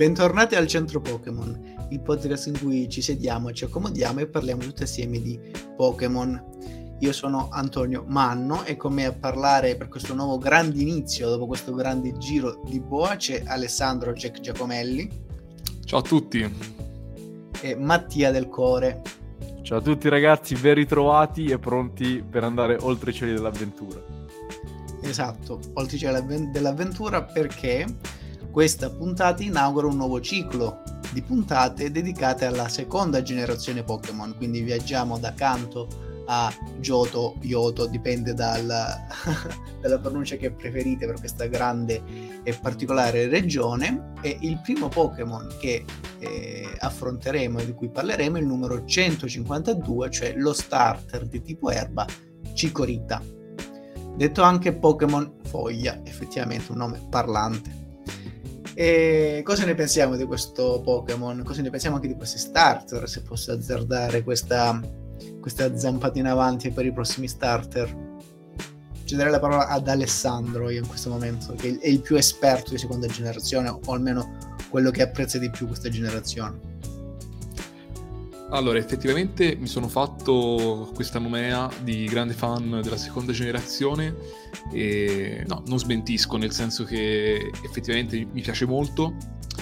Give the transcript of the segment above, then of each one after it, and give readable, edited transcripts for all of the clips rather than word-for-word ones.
Bentornati al Centro Pokémon, il podcast in cui ci sediamo, ci accomodiamo e parliamo tutti assieme di Pokémon. Io sono Antonio Manno e con me a parlare per questo nuovo grande inizio, dopo questo grande giro di boa, c'è Alessandro Jack Giacomelli. Ciao a tutti. E Mattia Del Core. Ciao a tutti ragazzi, ben ritrovati e pronti per andare oltre i cieli dell'avventura. Esatto, oltre i cieli dell'avventura, perché questa puntata inaugura un nuovo ciclo di puntate dedicate alla seconda generazione Pokémon, quindi viaggiamo da Kanto a Johto, Yoto, dipende dalla pronuncia che preferite per questa grande e particolare regione, e il primo Pokémon che affronteremo e di cui parleremo è il numero 152, cioè lo starter di tipo erba Chikorita, detto anche Pokémon Foglia, effettivamente un nome parlante. E cosa ne pensiamo di questo Pokémon? Cosa ne pensiamo anche di questi starter, se posso azzardare questa zampatina avanti per i prossimi starter? Cederei la parola ad Alessandro io in questo momento, che è il più esperto di seconda generazione, o almeno quello che apprezza di più questa generazione. Allora, effettivamente mi sono fatto questa nomea di grande fan della seconda generazione e no, non smentisco, nel senso che effettivamente mi piace molto.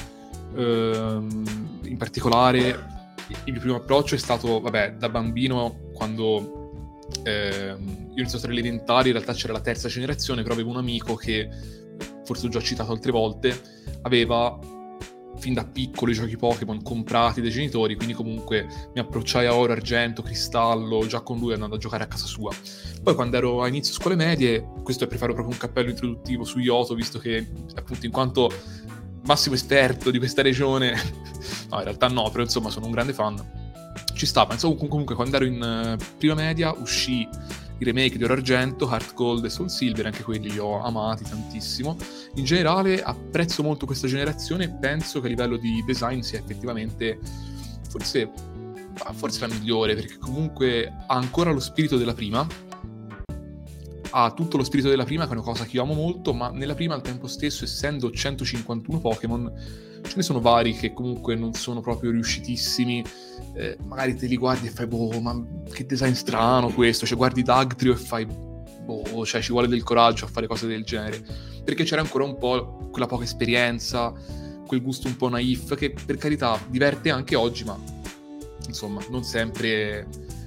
In particolare il mio primo approccio è stato, da bambino, quando io ho iniziato alle elementari. In realtà c'era la terza generazione, però avevo un amico che, forse ho già citato altre volte, aveva fin da piccolo i giochi Pokémon comprati dai genitori, quindi comunque mi approcciai a oro, argento, cristallo, già con lui andando a giocare a casa sua. Poi quando ero a inizio scuole medie, questo è per fare proprio un cappello introduttivo su Yoto, visto che appunto in quanto massimo esperto di questa regione no, in realtà no, però insomma sono un grande fan, ci stava. Insomma, comunque quando ero in prima media uscì i remake di Oro Argento, Heart Gold e Soul Silver, anche quelli li ho amati tantissimo. In generale apprezzo molto questa generazione e penso che a livello di design sia effettivamente forse la migliore, perché comunque ha ancora lo spirito della prima, ha tutto lo spirito della prima, che è una cosa che io amo molto, ma nella prima al tempo stesso, essendo 151 Pokémon, ce ne sono vari che comunque non sono proprio riuscitissimi. Magari te li guardi e fai, ma che design strano questo, cioè guardi Dugtrio e fai, cioè ci vuole del coraggio a fare cose del genere, perché c'era ancora un po' quella poca esperienza, quel gusto un po' naif, che per carità diverte anche oggi, ma insomma non sempre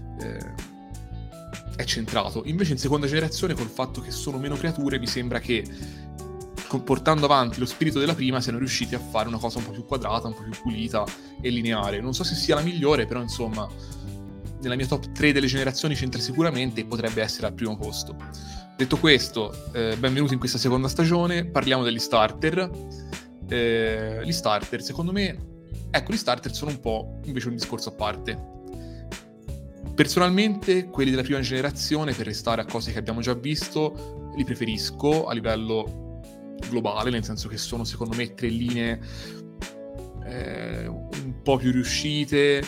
è centrato. Invece in seconda generazione, col fatto che sono meno creature, mi sembra che portando avanti lo spirito della prima siano riusciti a fare una cosa un po' più quadrata, un po' più pulita e lineare. Non so se sia la migliore, però insomma nella mia top 3 delle generazioni c'entra sicuramente e potrebbe essere al primo posto. Detto questo, benvenuti in questa seconda stagione. Parliamo degli starter. Gli starter, secondo me, gli starter sono un po' invece un discorso a parte. Personalmente quelli della prima generazione, per restare a cose che abbiamo già visto, li preferisco a livello globale, nel senso che sono secondo me 3 linee un po' più riuscite,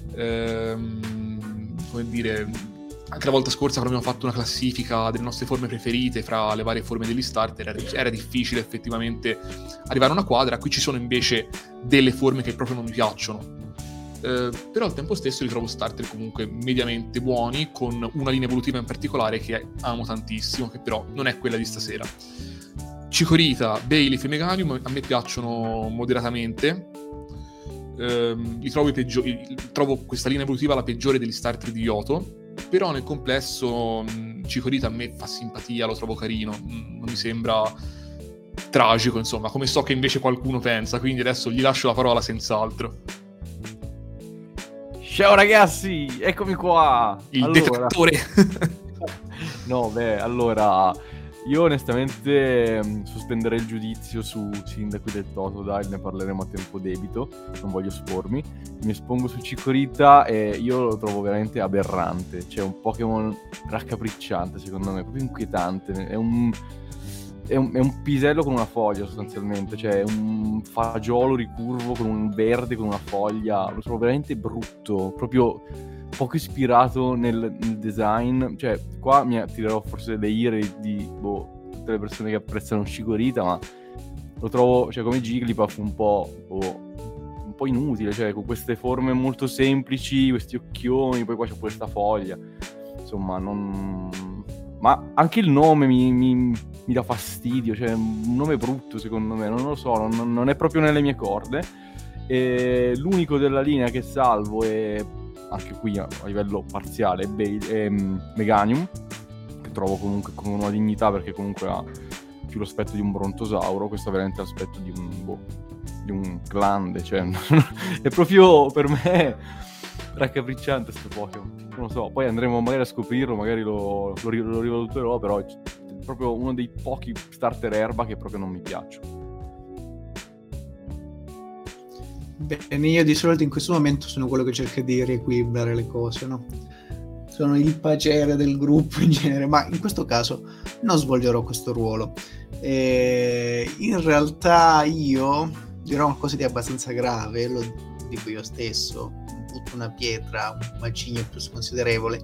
come dire, anche la volta scorsa quando abbiamo fatto una classifica delle nostre forme preferite fra le varie forme degli starter era difficile effettivamente arrivare a una quadra. Qui ci sono invece delle forme che proprio non mi piacciono, però al tempo stesso li trovo starter comunque mediamente buoni, con una linea evolutiva in particolare che amo tantissimo, che però non è quella di stasera. Chikorita, Bayleef e Meganium a me piacciono moderatamente. Li trovo trovo questa linea evolutiva la peggiore degli starter di Yoto, però nel complesso Chikorita a me fa simpatia, lo trovo carino, non mi sembra tragico, insomma, come so che invece qualcuno pensa, quindi adesso gli lascio la parola senz'altro. Ciao ragazzi, eccomi qua! Il detrattore! No, allora, io onestamente sospenderei il giudizio su Sindaco del Toto, dai, ne parleremo a tempo debito, non voglio espormi. Mi espongo su Chikorita e io lo trovo veramente aberrante, cioè un Pokémon raccapricciante secondo me, proprio inquietante, è un pisello con una foglia sostanzialmente, cioè un fagiolo ricurvo con un verde con una foglia, lo trovo veramente brutto, proprio poco ispirato nel design. Cioè qua mi attirerò forse delle ire di tutte le persone che apprezzano Chikorita, ma lo trovo, cioè come Jigglypuff un po' inutile, cioè con queste forme molto semplici, questi occhioni, poi qua c'è questa foglia, insomma ma anche il nome mi dà fastidio, cioè un nome brutto secondo me, non lo so, non è proprio nelle mie corde. E l'unico della linea che salvo è, anche qui a livello parziale, è Meganium, che trovo comunque con una dignità, perché comunque ha più l'aspetto di un brontosauro, questo ha veramente l'aspetto di un glande, cioè è proprio per me raccapricciante sto Pokémon, non lo so, poi andremo magari a scoprirlo, magari lo rivaluterò, però è proprio uno dei pochi starter erba che proprio non mi piacciono. Bene, io di solito in questo momento sono quello che cerca di riequilibrare le cose, no? Sono il pacere del gruppo in genere, ma in questo caso non svolgerò questo ruolo. In realtà io dirò qualcosa di abbastanza grave, lo dico io stesso, butto una pietra, un macigno piuttosto considerevole.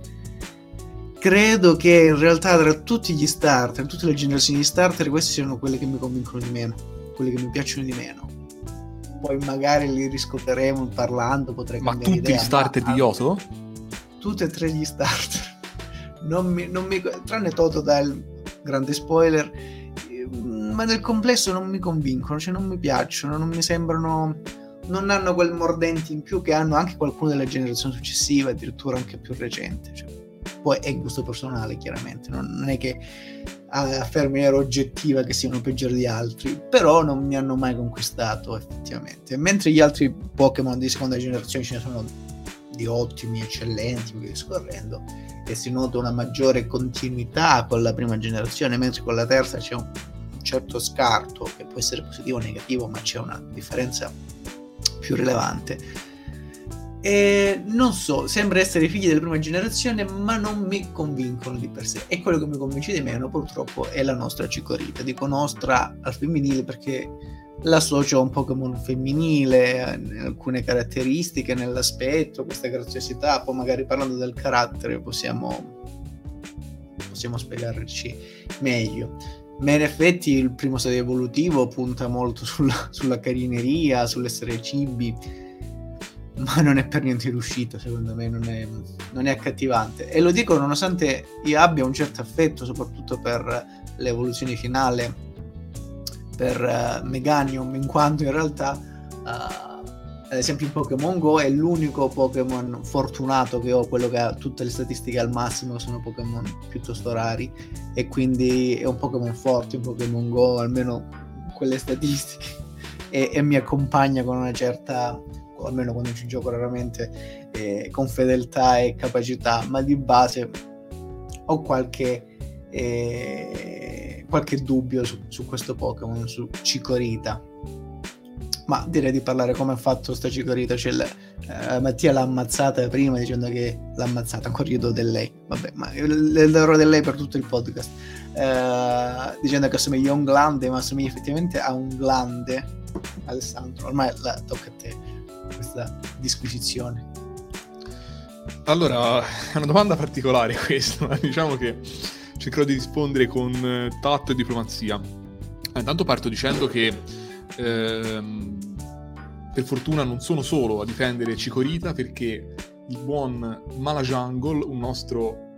Credo che in realtà tra tutti gli starter, tutte le generazioni di starter, questi siano quelli che mi convincono di meno, quelli che mi piacciono di meno. Poi magari li riscopriremo parlando, potrei cambiare idea. Ma tutti gli starter di Yoto? Tutti e tre gli starter. Non mi, tranne Totodile, grande spoiler, ma nel complesso non mi convincono, cioè non mi piacciono, non mi sembrano, non hanno quel mordente in più che hanno anche qualcuno della generazione successiva, addirittura anche più recente, cioè, poi è gusto personale chiaramente, non è che affermi in maniera oggettiva che siano peggiori di altri, però non mi hanno mai conquistato effettivamente, mentre gli altri Pokémon di seconda generazione ce ne sono di ottimi, eccellenti, via discorrendo, e si nota una maggiore continuità con la prima generazione, mentre con la terza c'è un certo scarto che può essere positivo o negativo, ma c'è una differenza più rilevante. E non so, sembra essere figli della prima generazione, ma non mi convincono di per sé, e quello che mi convince di meno purtroppo è la nostra Cicorita. Dico nostra al femminile perché l'associo a un Pokémon femminile, alcune caratteristiche nell'aspetto, questa graziosità. Poi magari parlando del carattere possiamo spiegarci meglio. Ma in effetti il primo stadio evolutivo punta molto sulla carineria, sull'essere cibi, ma non è per niente riuscito, secondo me non è accattivante, e lo dico nonostante io abbia un certo affetto soprattutto per l'evoluzione finale, per Meganium, in quanto in realtà ad esempio in Pokémon Go è l'unico Pokémon fortunato che ho, quello che ha tutte le statistiche al massimo, che sono Pokémon piuttosto rari, e quindi è un Pokémon forte in Pokémon Go, almeno quelle statistiche, e mi accompagna con una certa, almeno quando ci gioco raramente, con fedeltà e capacità, ma di base ho qualche dubbio su questo Pokémon, su Cicorita. Ma direi di parlare come ha fatto sta Cicorita, cioè Mattia l'ha ammazzata prima dicendo che l'ha ammazzata, ancora io do del lei, vabbè, ma le darò del lei per tutto il podcast, dicendo che assomiglia a un glande, ma assomiglia effettivamente a un glande. Alessandro, ormai tocca a te questa disquisizione. Allora, è una domanda particolare questa, ma diciamo che cercherò di rispondere con tatto e diplomazia. Intanto parto dicendo che per fortuna non sono solo a difendere Cicorita, perché il buon Malajungle, un nostro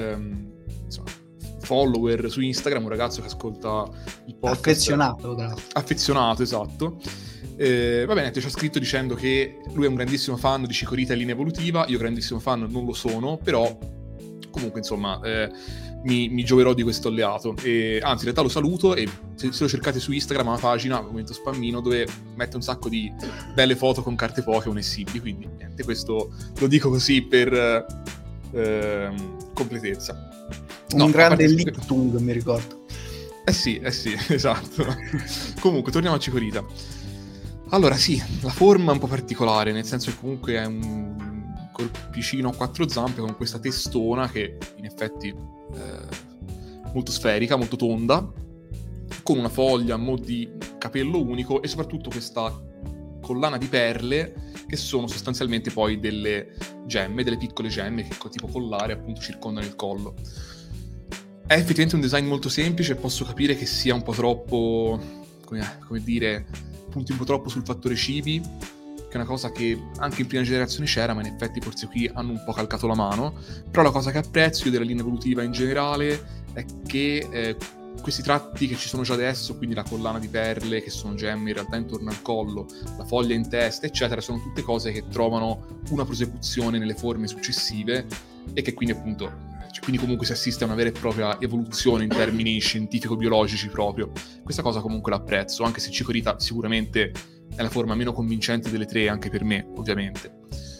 follower su Instagram, un ragazzo che ascolta il podcast, affezionato, esatto, va bene, ci ha scritto dicendo che lui è un grandissimo fan di Cicorita in linea evolutiva. Io grandissimo fan non lo sono, però comunque insomma mi gioverò di questo alleato, e anzi in realtà lo saluto, e se lo cercate su Instagram ha una pagina, momento spammino, dove mette un sacco di belle foto con carte Pokémon e simili, quindi niente, questo lo dico così per completezza. Un grande Lictung, mi ricordo. Sì, esatto. Comunque torniamo a Cicorita. Allora sì, la forma è un po' particolare, nel senso che comunque è un corpicino a quattro zampe con questa testona che in effetti molto sferica, molto tonda, con una foglia a mo' di capello unico, e soprattutto questa collana di perle che sono sostanzialmente poi delle gemme, delle piccole gemme che tipo collare appunto circondano il collo. È effettivamente un design molto semplice, posso capire che sia un po' troppo come dire, punti un po' troppo sul fattore cibi, che è una cosa che anche in prima generazione c'era, ma in effetti forse qui hanno un po' calcato la mano. Però la cosa che apprezzo io della linea evolutiva in generale è che questi tratti che ci sono già adesso, quindi la collana di perle, che sono gemme in realtà intorno al collo, la foglia in testa, eccetera, sono tutte cose che trovano una prosecuzione nelle forme successive e che quindi appunto... quindi comunque si assiste a una vera e propria evoluzione in termini scientifico-biologici proprio. Questa cosa comunque l'apprezzo, anche se Chikorita sicuramente è la forma meno convincente delle tre, anche per me, ovviamente.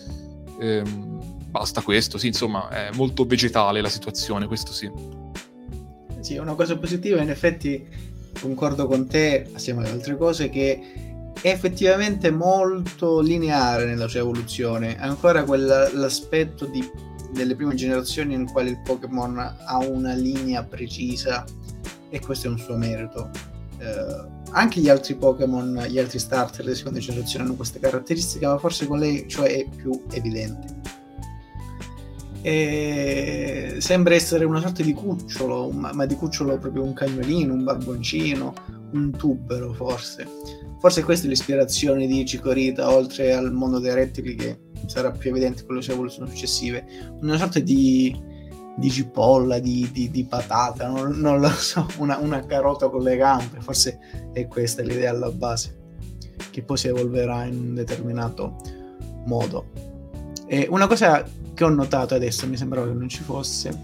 Basta questo, sì, insomma, è molto vegetale la situazione, questo sì. Sì, una cosa positiva, in effetti concordo con te, assieme alle altre cose, che è effettivamente molto lineare nella sua evoluzione. Ancora l'aspetto delle prime generazioni nel quale il Pokémon ha una linea precisa, e questo è un suo merito. Anche gli altri Pokémon, gli altri starter della seconda generazione hanno queste caratteristiche, ma forse con lei, cioè, è più evidente. E sembra essere una sorta di cucciolo, ma di cucciolo proprio un cagnolino, un barboncino, un tubero forse questa è l'ispirazione di Chikorita, oltre al mondo dei rettili che sarà più evidente con le sue evoluzioni successive, una sorta di cipolla, di patata, non lo so, una carota con le gambe, forse è questa l'idea alla base, che poi si evolverà in un determinato modo. E una cosa che ho notato adesso, mi sembrava che non ci fosse,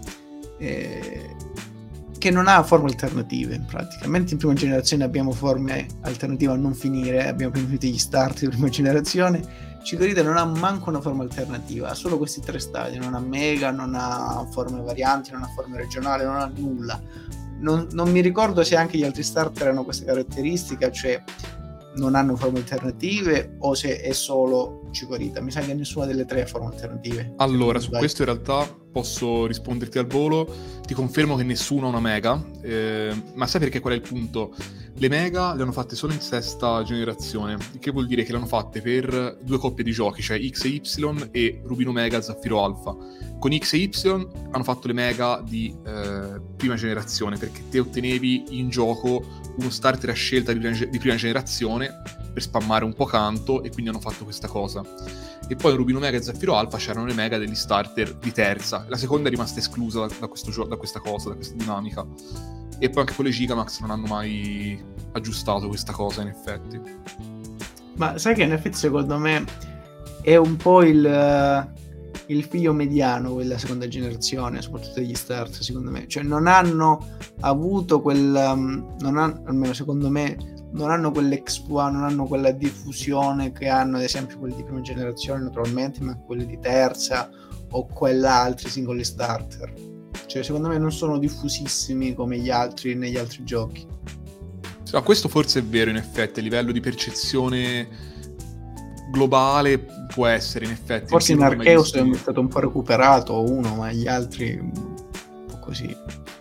che non ha forme alternative in pratica, mentre in prima generazione abbiamo forme alternative a non finire, abbiamo tutti gli start di prima generazione, Chikorita non ha manco una forma alternativa, ha solo questi 3 stadi, non ha mega, non ha forme varianti, non ha forme regionali, non ha nulla. Non mi ricordo se anche gli altri starter hanno questa caratteristica, cioè non hanno forme alternative, o se è solo Chikorita. Mi sa che nessuna delle 3 ha forme alternative. Allora, su questo in realtà posso risponderti al volo. Ti confermo che nessuno ha una mega, ma sai perché qual è il punto? Le mega le hanno fatte solo in sesta generazione, il che vuol dire che le hanno fatte per 2 coppie di giochi, cioè X e Y e Rubino Mega, Zaffiro Alpha. Con X e Y hanno fatto le mega di prima generazione, perché te ottenevi in gioco uno starter a scelta di prima generazione per spammare un po' canto, e quindi hanno fatto questa cosa. E poi in Rubino Mega e Zaffiro Alpha c'erano le mega degli starter di terza, la seconda è rimasta esclusa da questa cosa, da questa dinamica. E poi anche con le Gigamax non hanno mai aggiustato questa cosa, in effetti. Ma sai che in effetti secondo me è un po' il figlio mediano quella seconda generazione, soprattutto degli start, secondo me. Cioè non hanno avuto almeno secondo me, non hanno quell'exploit, non hanno quella diffusione che hanno ad esempio quelli di prima generazione, naturalmente, ma quelli di terza o altri singoli starter. Cioè secondo me non sono diffusissimi come gli altri negli altri giochi. No, questo forse è vero, in effetti, a livello di percezione globale può essere, in effetti. Forse in Arceus è stato un po' recuperato uno, ma gli altri un po' così.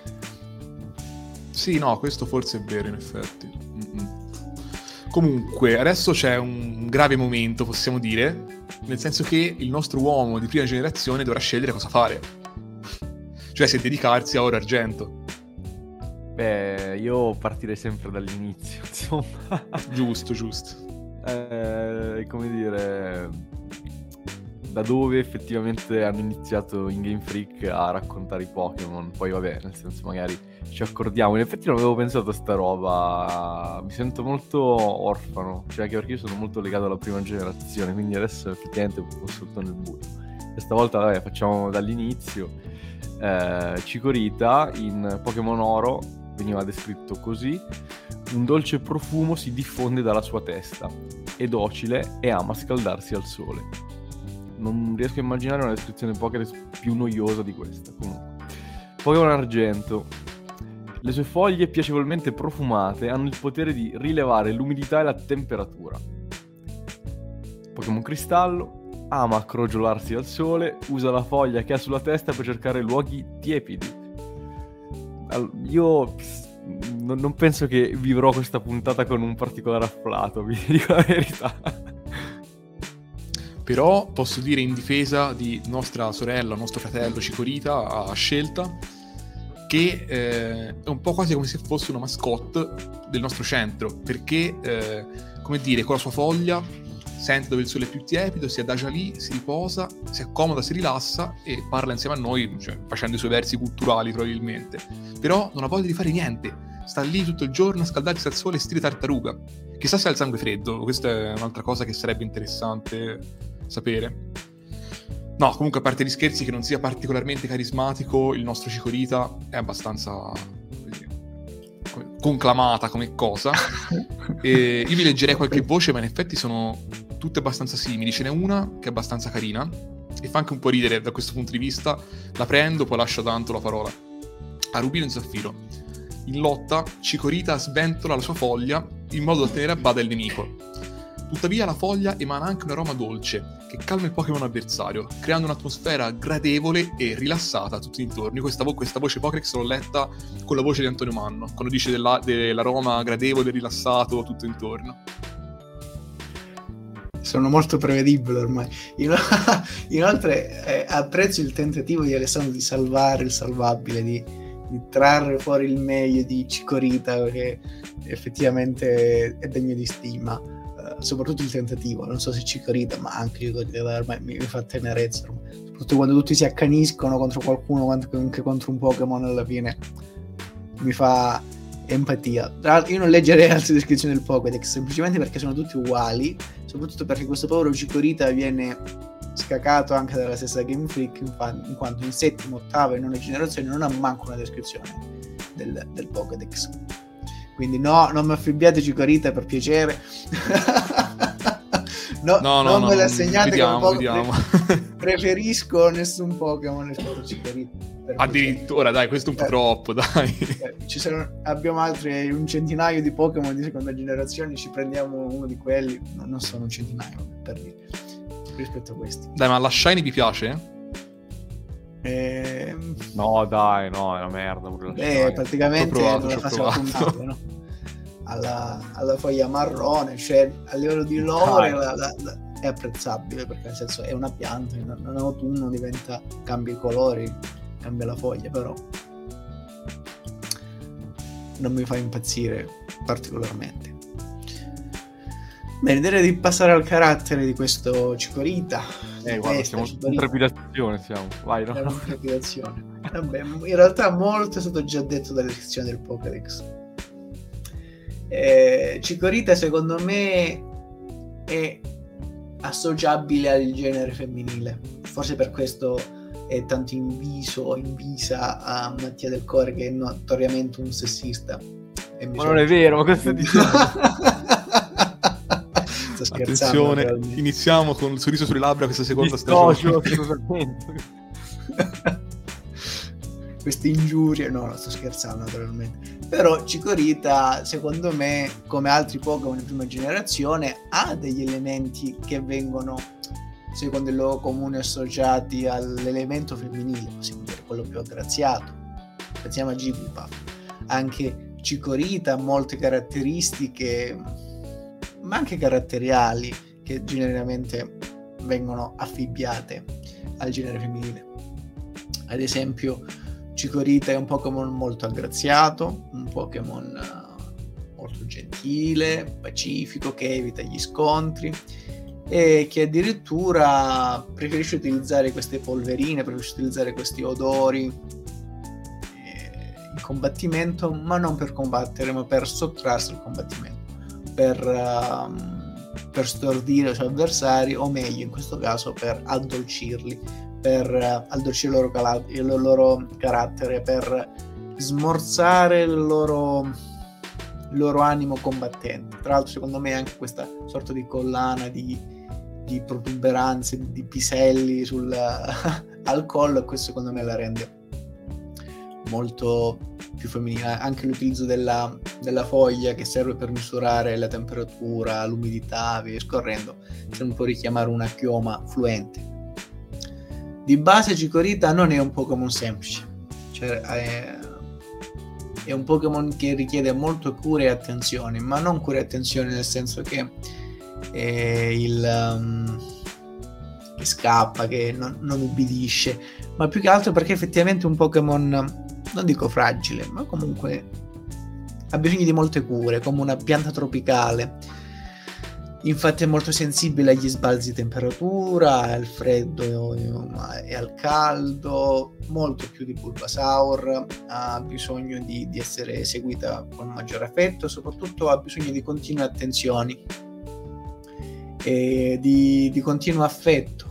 Sì, no, questo forse è vero, in effetti. Comunque, adesso c'è un grave momento, possiamo dire, nel senso che il nostro uomo di prima generazione dovrà scegliere cosa fare. Cioè se dedicarsi a oro argento. Beh, io partirei sempre dall'inizio, insomma. Giusto. Come dire, da dove effettivamente hanno iniziato in Game Freak a raccontare i Pokémon. Poi vabbè, nel senso magari ci accordiamo. In effetti non avevo pensato a sta roba. Mi sento molto orfano, cioè anche perché io sono molto legato alla prima generazione, quindi adesso effettivamente un po' sotto nel buio. Questa volta vabbè, facciamo dall'inizio. Chikorita in Pokémon Oro veniva descritto così: un dolce profumo si diffonde dalla sua testa, è docile e ama scaldarsi al sole. Non riesco a immaginare una descrizione Pokédex più noiosa di questa. Comunque, Pokémon Argento: le sue foglie piacevolmente profumate hanno il potere di rilevare l'umidità e la temperatura. Pokémon Cristallo: ama crogiolarsi al sole, usa la foglia che ha sulla testa per cercare luoghi tiepidi. Io non penso che vivrò questa puntata con un particolare afflato, vi dico la verità. Però posso dire in difesa di nostra sorella, nostro fratello Chikorita a scelta, che è un po' quasi come se fosse una mascotte del nostro centro, perché come dire, con la sua foglia sente dove il sole è più tiepido, si adagia lì, si riposa, si accomoda, si rilassa e parla insieme a noi, cioè, facendo i suoi versi culturali probabilmente, però non ha voglia di fare niente, sta lì tutto il giorno a scaldarsi al sole stile tartaruga. Chissà se ha il sangue freddo, questa è un'altra cosa che sarebbe interessante sapere. No, comunque a parte gli scherzi, che non sia particolarmente carismatico, il nostro Cicorita è abbastanza conclamata come cosa. E io vi leggerei qualche voce, ma in effetti sono tutte abbastanza simili. Ce n'è una che è abbastanza carina e fa anche un po' ridere da questo punto di vista. La prendo, poi lascio tanto la parola a Rubino e Zaffiro. In lotta, Cicorita sventola la sua foglia in modo da tenere a bada il nemico. Tuttavia la foglia emana anche un aroma dolce che calma il Pokémon avversario, creando un'atmosfera gradevole e rilassata a tutti intorno. Questa voce Pokédex l'ho letta con la voce di Antonio Manno, quando dice dell'aroma gradevole, rilassato, tutto intorno. Sono molto prevedibili ormai. Inoltre apprezzo il tentativo di Alessandro di salvare il salvabile, di trarre fuori il meglio di Cicorita, perché effettivamente è degno di stima. Soprattutto il tentativo, non so se Cicorita, ma anche Cicorita ormai mi fa tenerezza, soprattutto quando tutti si accaniscono contro qualcuno, anche contro un Pokémon, alla fine mi fa empatia. Tra l'altro io non leggerei altre descrizioni del Pokédex, semplicemente perché sono tutti uguali, soprattutto perché questo povero Cicorita viene scacato anche dalla stessa Game Freak, in quanto in settima, ottava e nona generazione non ha manco una descrizione del Pokédex. Quindi no, non mi affibbiate Cicorita, per piacere. no, non me la assegnate, vediamo. Preferisco nessun Pokémon rispetto a Cicorita. Addirittura, dai, questo è un po' troppo, dai. Abbiamo altri un centinaio di Pokémon di seconda generazione, ci prendiamo uno di quelli. No, non sono un centinaio, per dire, rispetto a questi. Dai, ma la Shiny vi piace? No, dai, no, è una merda. Praticamente non la faceva puntata, no? alla foglia marrone, cioè a livello di lore è apprezzabile, perché nel senso è una pianta, in autunno cambia i colori, cambia la foglia, però non mi fa impazzire particolarmente. Bene, direi di passare al carattere di questo Cicorita. Guarda, siamo in trepidazione, vai, no? Trepidazione. Vabbè, in realtà molto è stato già detto dalla descrizione del Pokédex. Cicorita secondo me è associabile al genere femminile, forse per questo è tanto invisa a Mattia Del Core, che è notoriamente un sessista. Ma non è vero, ma cosa stai dicendo? Attenzione, iniziamo con il sorriso sulle labbra questa seconda stagione. Queste ingiurie, no, sto scherzando naturalmente. Però Cicorita, secondo me, come altri Pokémon di prima generazione, ha degli elementi che vengono, secondo il loro comune, associati all'elemento femminile, possiamo dire quello più aggraziato. Pensiamo a Jigglypuff. Anche Cicorita ha molte caratteristiche, ma anche caratteriali, che generalmente vengono affibbiate al genere femminile. Ad esempio, Cicorita è un Pokémon molto aggraziato, un Pokémon molto gentile, pacifico, che evita gli scontri e che addirittura preferisce utilizzare queste polverine, preferisce utilizzare questi odori in combattimento, ma non per combattere, ma per sottrarsi al combattimento, per stordire i suoi avversari, o meglio in questo caso per addolcirli, per addolcire il loro carattere, per smorzare il loro animo combattente. Tra l'altro, secondo me, anche questa sorta di collana di protuberanze, di piselli al collo, e questo secondo me la rende molto più femminile. Anche l'utilizzo della foglia, che serve per misurare la temperatura, l'umidità, via scorrendo, sembra un po' richiamare una chioma fluente. Di base Cicorita non è un Pokémon semplice, cioè è un Pokémon che richiede molto cura e attenzione, ma non cura e attenzione nel senso che che scappa, che non ubbidisce, ma più che altro perché effettivamente è un Pokémon, non dico fragile, ma comunque ha bisogno di molte cure, come una pianta tropicale. Infatti è molto sensibile agli sbalzi di temperatura, al freddo e al caldo, molto più di Bulbasaur, ha bisogno di essere seguita con maggiore affetto, soprattutto ha bisogno di continue attenzioni e di continuo affetto,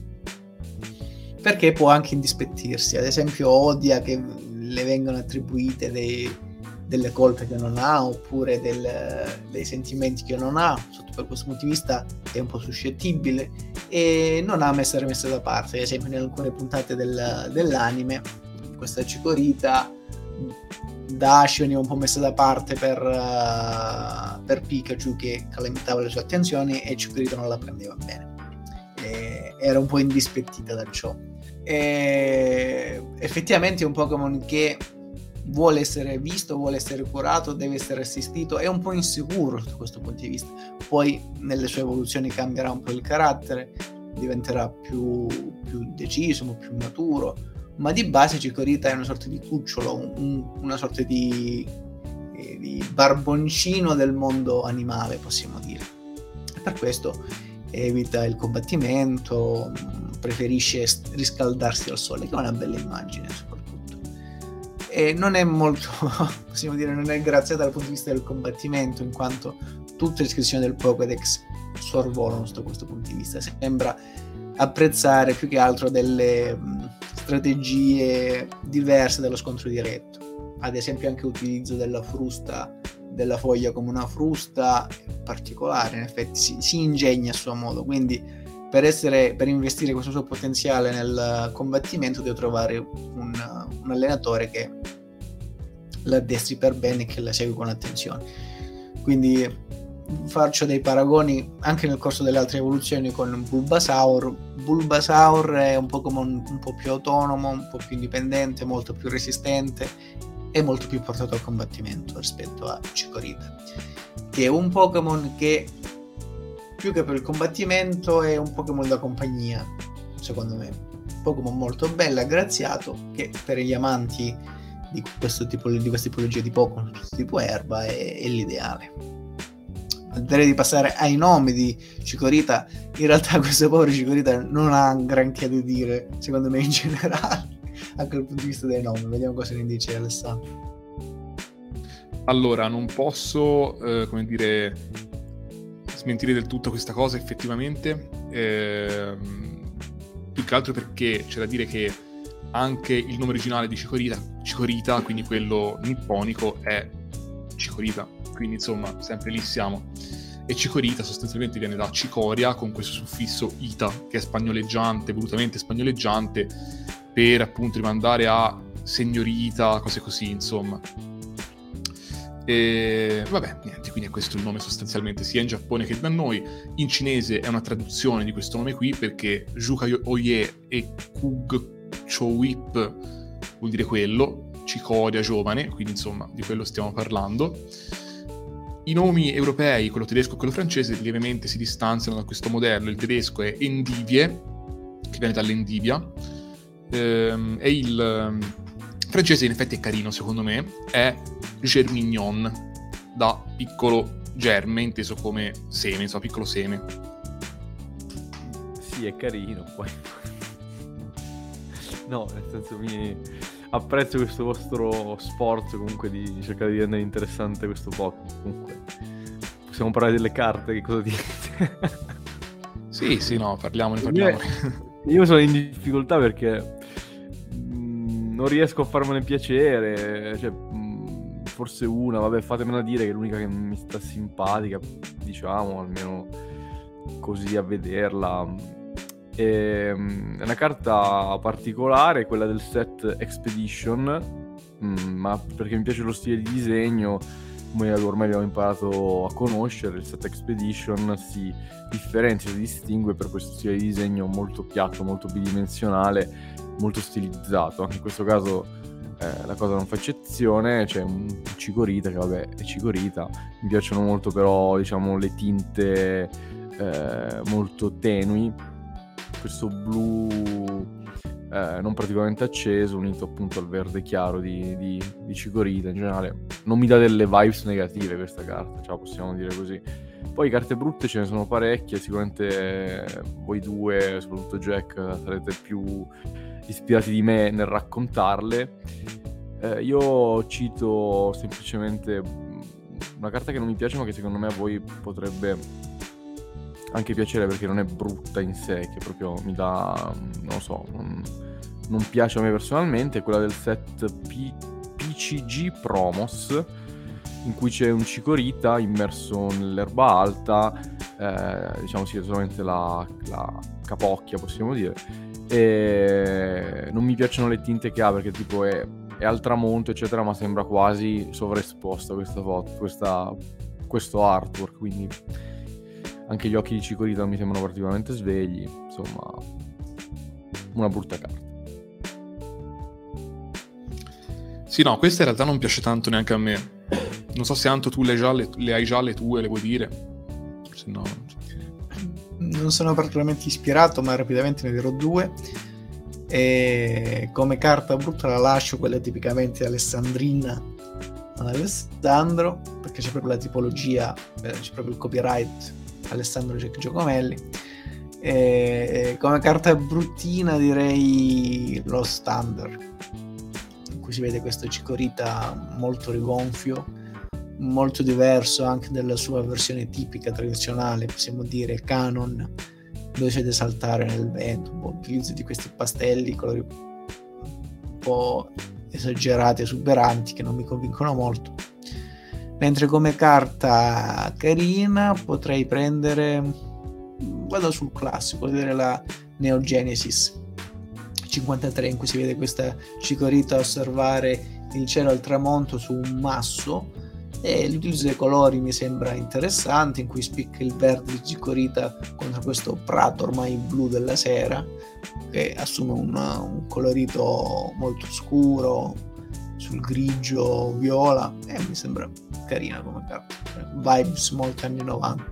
perché può anche indispettirsi, ad esempio odia che le vengano attribuite delle colpe che non ha, oppure dei sentimenti che non ha. Per questo punto di vista è un po' suscettibile e non ama essere messa da parte. Ad esempio in alcune puntate dell'anime questa Chikorita da Ash veniva un po' messa da parte per Pikachu che calamitava le sue attenzioni e Chikorita non la prendeva bene, era un po' indispettita da ciò. Effettivamente è un Pokémon che vuole essere visto, vuole essere curato, deve essere assistito, è un po' insicuro da questo punto di vista. Poi nelle sue evoluzioni cambierà un po' il carattere, diventerà più deciso, più maturo, ma di base Chikorita è una sorta di cucciolo, una sorta di barboncino del mondo animale, possiamo dire. E per questo evita il combattimento, preferisce riscaldarsi al sole, che è una bella immagine soprattutto. E non è molto, possiamo dire, non è graziata dal punto di vista del combattimento, in quanto tutte le iscrizioni del Pokédex sorvolano da questo punto di vista. Sembra apprezzare più che altro delle strategie diverse dallo scontro diretto, ad esempio anche l'utilizzo della frusta, della foglia come una frusta particolare. In effetti si ingegna a suo modo, quindi per investire questo suo potenziale nel combattimento deve trovare un allenatore che la addestri per bene e che la segui con attenzione. Quindi faccio dei paragoni anche nel corso delle altre evoluzioni con Bulbasaur. Bulbasaur è un Pokémon un po' più autonomo, un po' più indipendente, molto più resistente e molto più portato al combattimento rispetto a Chikorita, che è un Pokémon che più che per il combattimento è un Pokémon da compagnia, secondo me. Un Pokémon molto bello, aggraziato, che per gli amanti di questa tipologia di Pokémon, tipo erba, è l'ideale. Direi di passare ai nomi di Chikorita. In realtà questo povero Chikorita non ha granché da dire, secondo me, in generale, anche dal punto di vista dei nomi. Vediamo cosa ne dice Alessandro. Allora, non posso, smentire del tutto questa cosa, effettivamente, più che altro perché c'è da dire che anche il nome originale di Chikorita, quindi quello nipponico, è Chikorita, quindi insomma sempre lì siamo. E Chikorita sostanzialmente viene da cicoria con questo suffisso ita, che è spagnoleggiante, volutamente spagnoleggiante, per appunto rimandare a signorita, cose così, insomma. E vabbè, niente, quindi è questo il nome sostanzialmente, sia in Giappone che da noi. In cinese è una traduzione di questo nome qui, perché Juka Oye e Kug Chowip vuol dire quello, cicoria giovane, quindi insomma di quello stiamo parlando. I nomi europei, quello tedesco e quello francese, lievemente si distanziano da questo modello. Il tedesco è Endivie, che viene dall'Endivia, e il francese in effetti è carino, secondo me, è Germignon, da piccolo germe, inteso come seme, insomma, piccolo seme. Sì, è carino, poi. No, nel senso, apprezzo questo vostro sforzo comunque di cercare di rendere interessante questo Pokémon. Comunque, possiamo parlare delle carte, che cosa dite? Sì, no, parliamone. Io sono in difficoltà perché non riesco a farmene piacere, cioè forse una, vabbè, fatemela dire, che è l'unica che mi sta simpatica, diciamo, almeno così a vederla. È una carta particolare, quella del set Expedition, ma perché mi piace lo stile di disegno, come ormai abbiamo imparato a conoscere. Il set Expedition si differenzia, si distingue per questo stile di disegno molto piatto, molto bidimensionale, molto stilizzato. Anche in questo caso la cosa non fa eccezione, c'è un Chikorita che vabbè è Chikorita. Mi piacciono molto però, diciamo, le tinte molto tenui, questo blu non particolarmente acceso, unito appunto al verde chiaro di Chikorita. In generale non mi dà delle vibes negative questa carta, cioè possiamo dire così. Poi carte brutte ce ne sono parecchie, sicuramente voi due, soprattutto Jack, sarete più ispirati di me nel raccontarle. Io cito semplicemente una carta che non mi piace, ma che secondo me a voi potrebbe anche piacere, perché non è brutta in sé, che proprio mi dà, non lo so, non piace a me personalmente. È quella del set PCG Promos, in cui c'è un Chikorita immerso nell'erba alta, diciamo si vede solamente la capocchia, possiamo dire, e non mi piacciono le tinte che ha, perché tipo è al tramonto eccetera, ma sembra quasi sovraesposta questa foto, questo artwork, quindi anche gli occhi di Chikorita non mi sembrano particolarmente svegli. Insomma, una brutta carta. Sì, no, questa in realtà non piace tanto neanche a me. Non so se Anto tu le hai già le tue, le vuoi dire? Se no... Non sono particolarmente ispirato, ma rapidamente ne dirò due. E come carta brutta la lascio quella tipicamente alessandrina ad Alessandro, perché c'è proprio la tipologia, c'è proprio il copyright Alessandro Jack Giocomelli. E come carta bruttina direi lo Thunder, in cui si vede questo Chikorita molto rigonfio, molto diverso anche dalla sua versione tipica tradizionale, possiamo dire canon, dove si vede saltare nel vento, l'utilizzo di questi pastelli, colori un po' esagerati, esuberanti, che non mi convincono molto. Mentre come carta carina potrei prendere, vado sul classico, vedere la Neo Genesis 53, in cui si vede questa Chikorita osservare il cielo al tramonto su un masso, e l'utilizzo dei colori mi sembra interessante, in cui spicca il verde di Chikorita contro questo prato ormai blu della sera, che assume un colorito molto scuro sul grigio viola, e mi sembra carina come carta, vibes molto anni 90.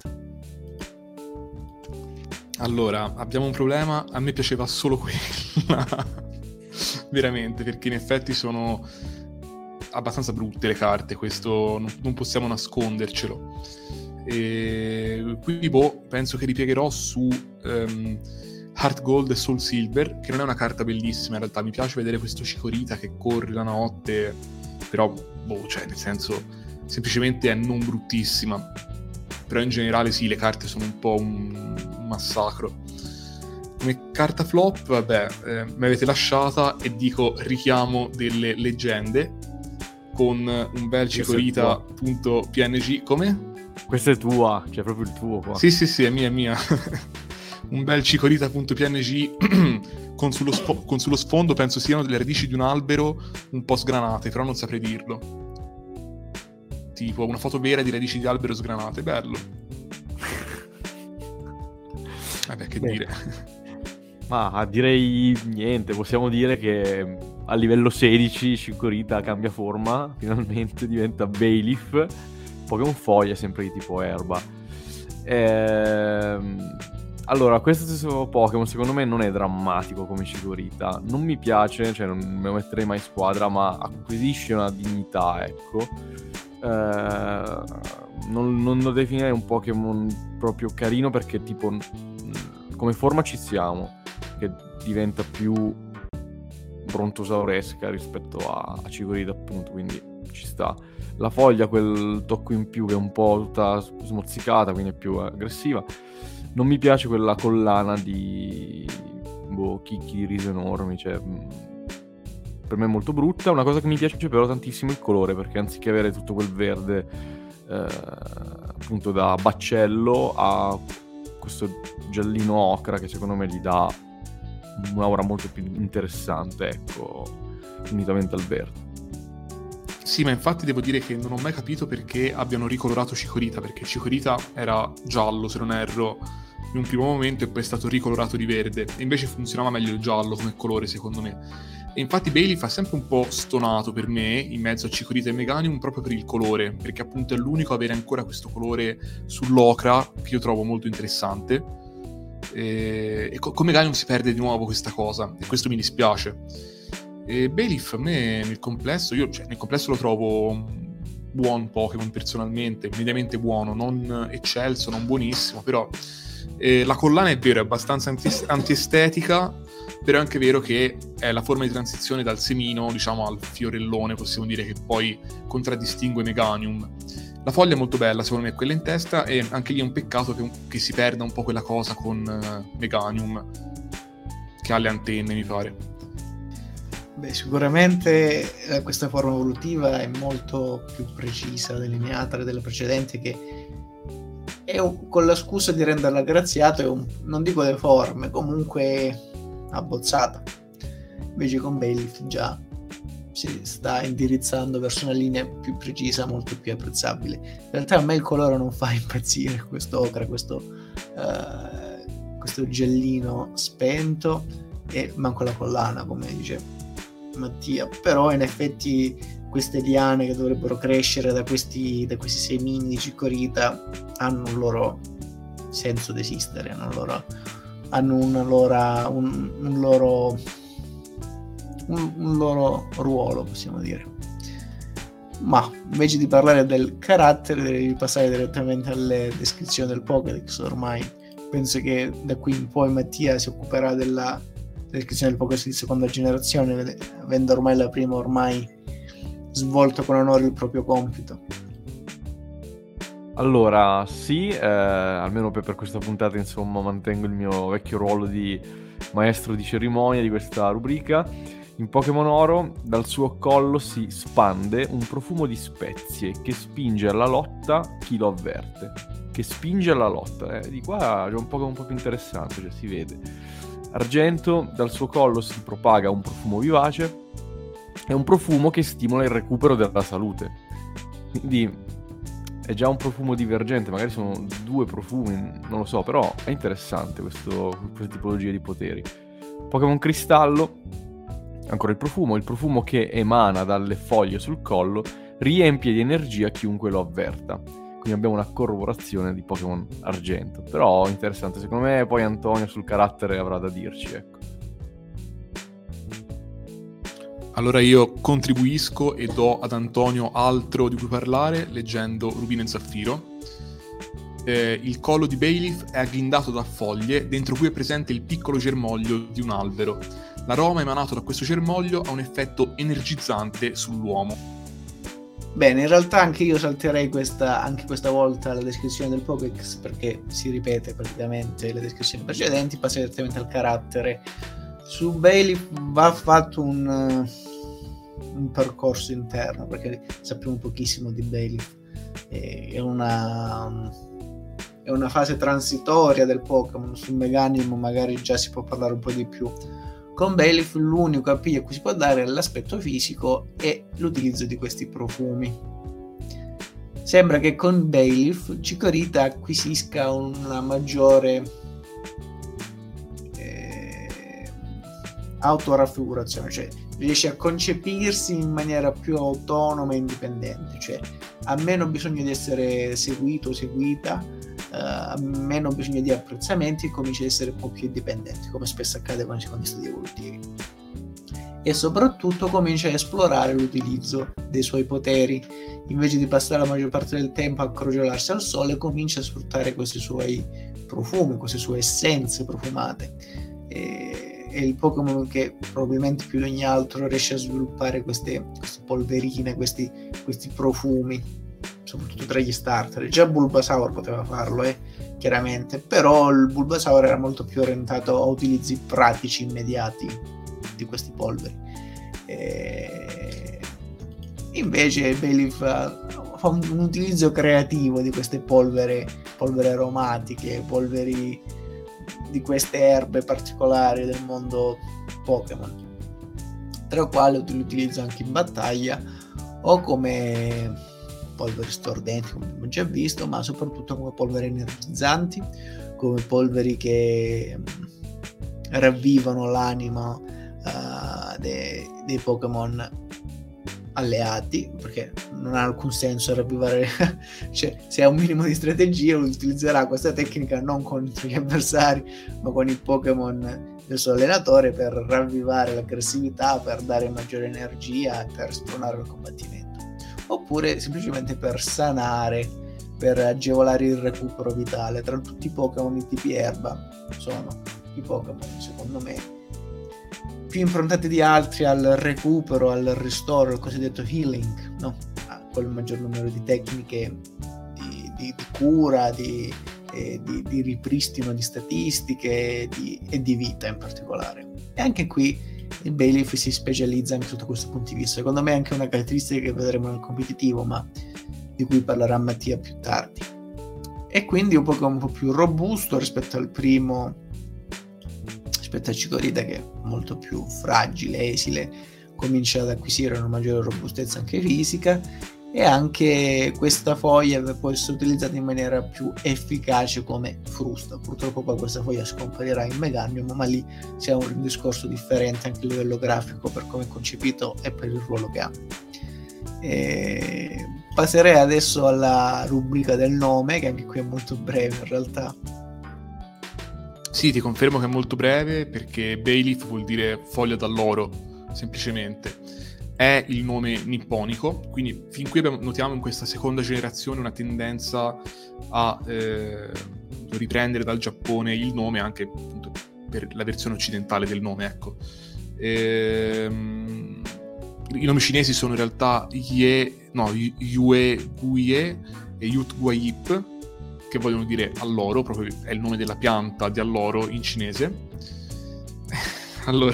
Allora, abbiamo un problema, a me piaceva solo quella veramente, perché in effetti sono abbastanza brutte le carte, questo non possiamo nascondercelo, e quindi penso che ripiegherò su Heart Gold e Soul Silver, che non è una carta bellissima in realtà. Mi piace vedere questo Chikorita che corre la notte, però cioè nel senso semplicemente è non bruttissima, però in generale sì, le carte sono un po' un massacro. Come carta flop, vabbè, mi avete lasciata e dico richiamo delle leggende con un bel Chikorita.png. Come? Questa è tua, cioè proprio il tuo qua. Sì, è mia. Un bel Chikorita.png con sullo sfondo penso siano delle radici di un albero un po' sgranate, però non saprei dirlo. Tipo una foto vera di radici di albero sgranate, bello. Vabbè, che dire. Ma direi niente, possiamo dire che a livello 16 Chikorita cambia forma, finalmente diventa Bayleaf, Pokémon foglia sempre di tipo erba. Allora, questo stesso Pokémon secondo me non è drammatico come Chikorita, non mi piace, cioè non me lo metterei mai in squadra, ma acquisisce una dignità, ecco. Non lo definirei un Pokémon proprio carino, perché tipo come forma ci siamo, che diventa più brontosauresca rispetto a Chikorita appunto, quindi ci sta. La foglia, quel tocco in più che è un po' tutta smozzicata, quindi è più aggressiva. Non mi piace quella collana di chicchi di riso enormi, cioè per me è molto brutta. Una cosa che mi piace però tantissimo è il colore, perché anziché avere tutto quel verde appunto da baccello, ha questo giallino ocra che secondo me gli dà un'aura molto più interessante, ecco, unitamente al verde. Sì, ma infatti devo dire che non ho mai capito perché abbiano ricolorato Chikorita, perché Chikorita era giallo, se non erro, in un primo momento, e poi è stato ricolorato di verde, e invece funzionava meglio il giallo come colore, secondo me. E infatti Bailey fa sempre un po' stonato per me, in mezzo a Chikorita e Meganium, proprio per il colore, perché appunto è l'unico a avere ancora questo colore sull'ocra, che io trovo molto interessante. Con Meganium si perde di nuovo questa cosa, e questo mi dispiace. Bayleaf a me nel complesso lo trovo buon Pokémon personalmente, mediamente buono, non eccelso, non buonissimo, però la collana è vero, è abbastanza antiestetica, però è anche vero che è la forma di transizione dal semino, diciamo, al fiorellone, possiamo dire, che poi contraddistingue Meganium. La foglia è molto bella, secondo me, quella in testa, e anche lì è un peccato che si perda un po' quella cosa con Meganium, che ha le antenne, mi pare. Beh, sicuramente questa forma evolutiva è molto più precisa, delineata delle precedenti, che con la scusa di renderla graziato non dico deforme, comunque abbozzata. Invece con Bayleaf già si sta indirizzando verso una linea più precisa, molto più apprezzabile. In realtà a me il colore non fa impazzire, questo ocra, questo giallino spento, e manco la collana, come dice Mattia. Però in effetti queste liane che dovrebbero crescere da questi semini di cicorita hanno un loro senso di esistere, hanno un loro ruolo, possiamo dire. Ma invece di parlare del carattere, devi passare direttamente alle descrizioni del Pokédex. Ormai penso che da qui in poi Mattia si occuperà della descrizione del Pokédex di seconda generazione, avendo ormai la prima svolto con onore il proprio compito. Allora, sì, almeno per questa puntata, insomma, mantengo il mio vecchio ruolo di maestro di cerimonia di questa rubrica. In Pokémon Oro, dal suo collo si spande un profumo di spezie che spinge alla lotta chi lo avverte. Che spinge alla lotta, Di qua c'è un Pokémon un po' più interessante, cioè si vede. Argento, dal suo collo si propaga un profumo vivace. È un profumo che stimola il recupero della salute. Quindi è già un profumo divergente, magari sono due profumi, non lo so, però è interessante questa tipologia di poteri. Pokémon Cristallo, ancora il profumo che emana dalle foglie sul collo riempie di energia chiunque lo avverta. Quindi abbiamo una corroborazione di Pokémon Argento, però interessante, secondo me poi Antonio sul carattere avrà da dirci, ecco. Allora io contribuisco e do ad Antonio altro di cui parlare leggendo Rubino e Zaffiro. Il collo di Bayleaf è agghindato da foglie dentro cui è presente il piccolo germoglio di un albero. L'aroma emanato da questo germoglio ha un effetto energizzante sull'uomo. Bene, in realtà anche io salterei anche questa volta la descrizione del Pokédex, perché si ripete praticamente le descrizioni precedenti, passa direttamente al carattere. Su Bayleaf va fatto un percorso interno, perché sappiamo pochissimo di Bayleaf. È una fase transitoria del Pokémon. Su Meganium magari già si può parlare un po' di più. Con Bayleaf l'unico appiglio a cui si può dare è l'aspetto fisico e l'utilizzo di questi profumi. Sembra che con Bayleaf Cicorita acquisisca una maggiore autoraffigurazione, cioè riesce a concepirsi in maniera più autonoma e indipendente, cioè ha meno bisogno di essere seguito o seguita, ha meno bisogno di apprezzamenti e comincia ad essere un po' più indipendente, come spesso accade con i secondi stadi evolutivi, e soprattutto comincia a esplorare l'utilizzo dei suoi poteri. Invece di passare la maggior parte del tempo a crogiolarsi al sole, comincia a sfruttare questi suoi profumi, queste sue essenze profumate. È il Pokémon che probabilmente più di ogni altro riesce a sviluppare queste polverine, questi profumi, soprattutto tra gli starter. Già Bulbasaur poteva farlo, chiaramente, però il Bulbasaur era molto più orientato a utilizzi pratici immediati di questi polveri. Invece Bayleaf fa un utilizzo creativo di queste polveri aromatiche, polveri di queste erbe particolari del mondo Pokémon, tra le quali l'utilizzo anche in battaglia o come polveri stordenti, come abbiamo già visto, ma soprattutto come polveri energizzanti, come polveri che ravvivano l'anima dei Pokémon alleati, perché non ha alcun senso ravvivare cioè, se ha un minimo di strategia utilizzerà questa tecnica non contro gli avversari ma con i Pokémon del suo allenatore per ravvivare l'aggressività, per dare maggiore energia, per spronare il combattimento, oppure semplicemente per sanare, per agevolare il recupero vitale. Tra tutti i Pokémon di tipi erba sono i Pokémon, secondo me, più improntati di altri al recupero, al ristoro, al cosiddetto healing, no? Con il maggior numero di tecniche di cura, di ripristino di statistiche e di vita in particolare. E anche qui il Bayleef si specializza anche sotto questo punto di vista. Secondo me è anche una caratteristica che vedremo nel competitivo, ma di cui parlerà Mattia più tardi. E quindi un po' più robusto rispetto al primo, rispetto a Chikorita, che è molto più fragile, esile, comincia ad acquisire una maggiore robustezza anche fisica, e anche questa foglia può essere utilizzata in maniera più efficace come frusta. Purtroppo poi questa foglia scomparirà in Meganium, ma lì c'è un discorso differente anche a livello grafico per come è concepito e per il ruolo che ha. Passerei adesso alla rubrica del nome, che anche qui è molto breve in realtà. Sì, ti confermo che è molto breve, perché Bayleef vuol dire foglia d'alloro, semplicemente. È il nome nipponico, quindi fin qui notiamo in questa seconda generazione una tendenza a riprendere dal Giappone il nome, anche appunto per la versione occidentale del nome, ecco. I nomi cinesi sono in realtà Yue Guye e Yut Guayip, che vogliono dire alloro, proprio è il nome della pianta di alloro in cinese. Allora,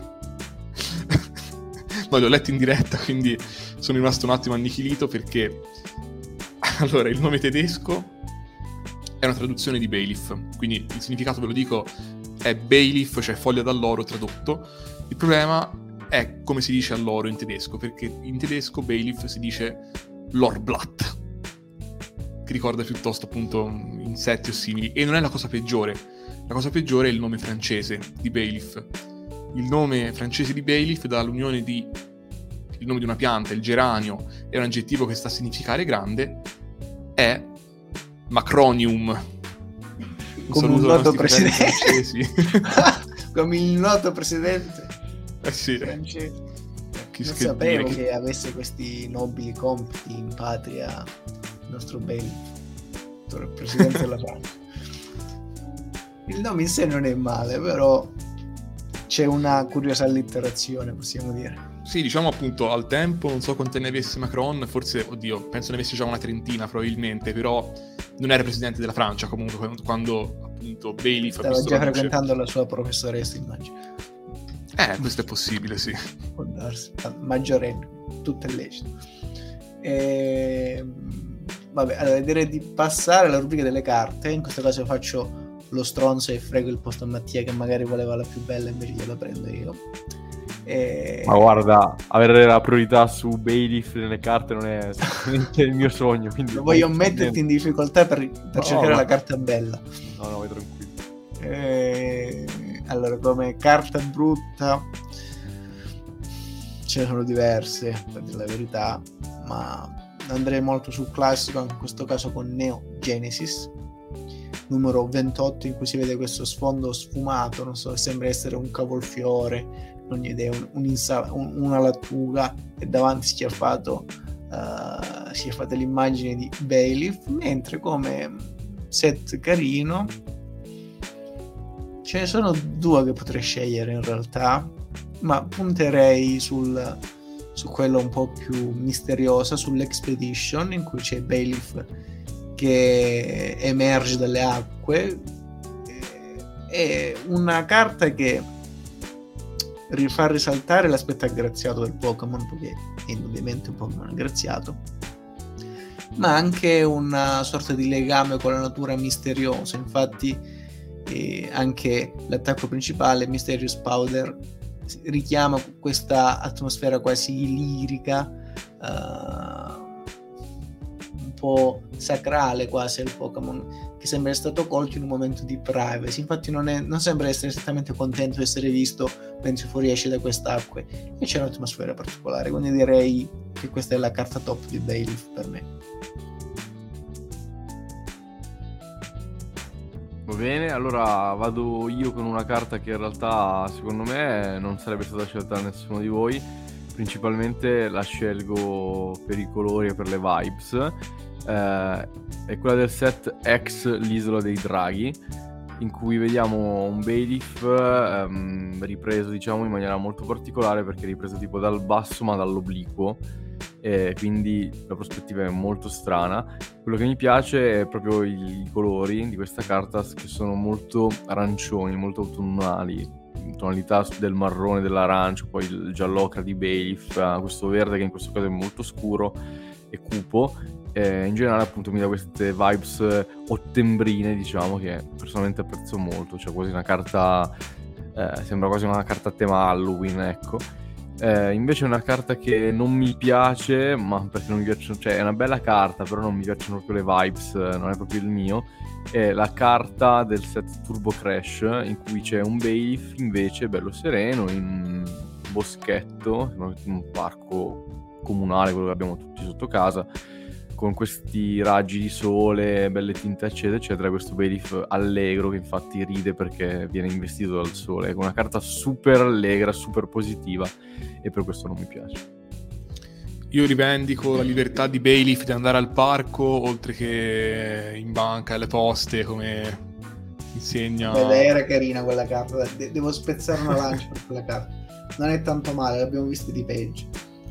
no, li ho letti in diretta, quindi sono rimasto un attimo annichilito, perché allora il nome tedesco è una traduzione di Bayleef, quindi il significato, ve lo dico, è Bayleef, cioè foglia d'alloro tradotto. Il problema è come si dice alloro in tedesco, perché in tedesco Bayleef si dice Lorblatt, che ricorda piuttosto appunto insetti o simili, e non è la cosa peggiore. La cosa peggiore è il nome francese di Bayleef. Il nome francese di Bayleef, dall'unione di il nome di una pianta, il geranio, e un aggettivo che sta a significare grande, è Macronium. Come un noto presidente come il noto presidente sì. francese. Non sapevo che avesse questi nobili compiti in patria il nostro Bayleef, il presidente della Francia. Il nome in sé non è male, però c'è una curiosa allitterazione, possiamo dire. Sì, diciamo appunto al tempo, non so quante ne avesse Macron, forse, oddio, penso ne avesse già una trentina probabilmente, però non era presidente della Francia comunque quando appunto Bayleef stava già frequentando la sua professoressa, immagino. Questo è possibile, sì. Può darsi, maggiorenne, tutto è lecito. Vabbè, allora direi di passare alla rubrica delle carte. In questo caso faccio lo stronzo e frego il posto a Mattia, che magari voleva la più bella, invece gliela prendo io. Ma guarda, avere la priorità su Bayleef nelle carte non è esattamente il mio sogno, quindi voglio metterti in difficoltà per cercare la carta bella. No, vai tranquillo. Allora, come carta brutta ce ne sono diverse, per dire la verità, ma andrei molto sul classico, anche in questo caso con Neo Genesis numero 28, in cui si vede questo sfondo sfumato, non so, sembra essere un cavolfiore, non ho idea, una lattuga, e davanti si è fatta l'immagine di Bayleef, mentre come set carino ce ne sono due che potrei scegliere in realtà, ma punterei su quello un po' più misteriosa, sull'Expedition, in cui c'è Bayleef che emerge dalle acque. È una carta che fa risaltare l'aspetto aggraziato del Pokémon, perché è indubbiamente un Pokémon aggraziato, ma anche una sorta di legame con la natura misteriosa. Infatti anche l'attacco principale, Mysterious Powder, richiama questa atmosfera quasi lirica, un po' sacrale quasi al Pokémon, che sembra stato colto in un momento di privacy. Infatti non sembra essere esattamente contento di essere visto mentre fuoriesce da quest'acque, e c'è un'atmosfera particolare, quindi direi che questa è la carta top di Bayleef per me. Va bene, allora vado io con una carta che in realtà secondo me non sarebbe stata scelta da nessuno di voi. Principalmente la scelgo per i colori e per le vibes. È quella del set X l'Isola dei Draghi, in cui vediamo un Bayleef ripreso diciamo in maniera molto particolare, perché è ripreso tipo dal basso ma dall'obliquo, quindi la prospettiva è molto strana. Quello che mi piace è proprio i colori di questa carta, che sono molto arancioni, molto autunnali, tonalità del marrone, dell'arancio, poi il giallocra di Bayleef, questo verde che in questo caso è molto scuro e cupo. In generale appunto mi dà queste vibes ottembrine, diciamo, che personalmente apprezzo molto, cioè quasi una carta sembra quasi una carta a tema Halloween, ecco. Invece è una carta che non mi piace, ma perché non mi piacciono, cioè è una bella carta, però non mi piacciono proprio le vibes, non è proprio il mio. È la carta del set Turbo Crash, in cui c'è un Bayleef invece bello sereno in un boschetto, in un parco comunale, quello che abbiamo tutti sotto casa, con questi raggi di sole, belle tinte accese eccetera. Questo Bayleef allegro che infatti ride perché viene investito dal sole. È una carta super allegra, super positiva, e per questo non mi piace. Io rivendico la libertà di Bayleef di andare al parco oltre che in banca, alle poste, come insegna. Beh, era carina quella carta, devo spezzare una lancia per quella carta. Non è tanto male, l'abbiamo vista di peggio.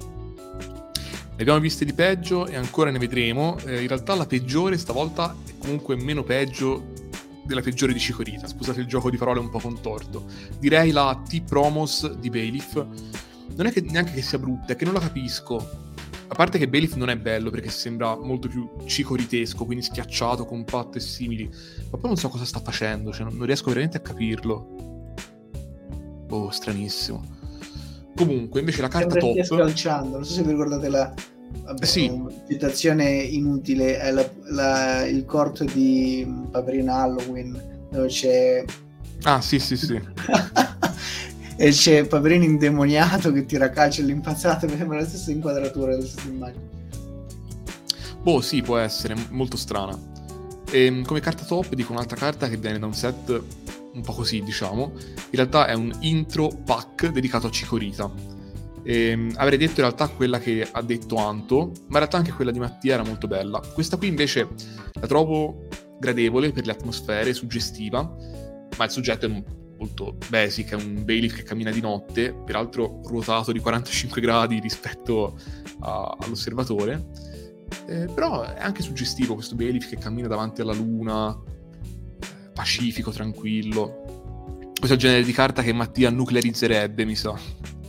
Ne abbiamo viste di peggio e ancora ne vedremo. In realtà la peggiore stavolta è comunque meno peggio della peggiore di Chikorita. Scusate il gioco di parole un po' contorto. Direi la T-Promos di Bayleef. Non è che neanche che sia brutta, è che non la capisco. A parte che Bayleef non è bello perché sembra molto più chicoritesco, quindi schiacciato, compatto e simili, ma poi non so cosa sta facendo, cioè non riesco veramente a capirlo. Oh, stranissimo. Comunque, invece la carta top... Stia scalciando, non so se vi ricordate la... Vabbè, sì. Citazione inutile, è il corto di Paperina Halloween, dove c'è... Ah, sì. E c'è Paperino indemoniato che tira calcio all'impazzata, mi sembra la stessa inquadratura della stessa immagine. Boh, sì, può essere, molto strana. E come carta top dico un'altra carta che viene da un set un po' così, diciamo. In realtà è un intro pack dedicato a Chikorita. Avrei detto in realtà quella che ha detto Anto, ma in realtà anche quella di Mattia era molto bella. Questa qui invece la trovo gradevole per le atmosfere, suggestiva, ma il soggetto è molto basic, è un Bayleef che cammina di notte, peraltro ruotato di 45 gradi rispetto all'osservatore, però è anche suggestivo questo Bayleef che cammina davanti alla luna, pacifico, tranquillo. Questo è il genere di carta che Mattia nuclearizzerebbe, mi sa.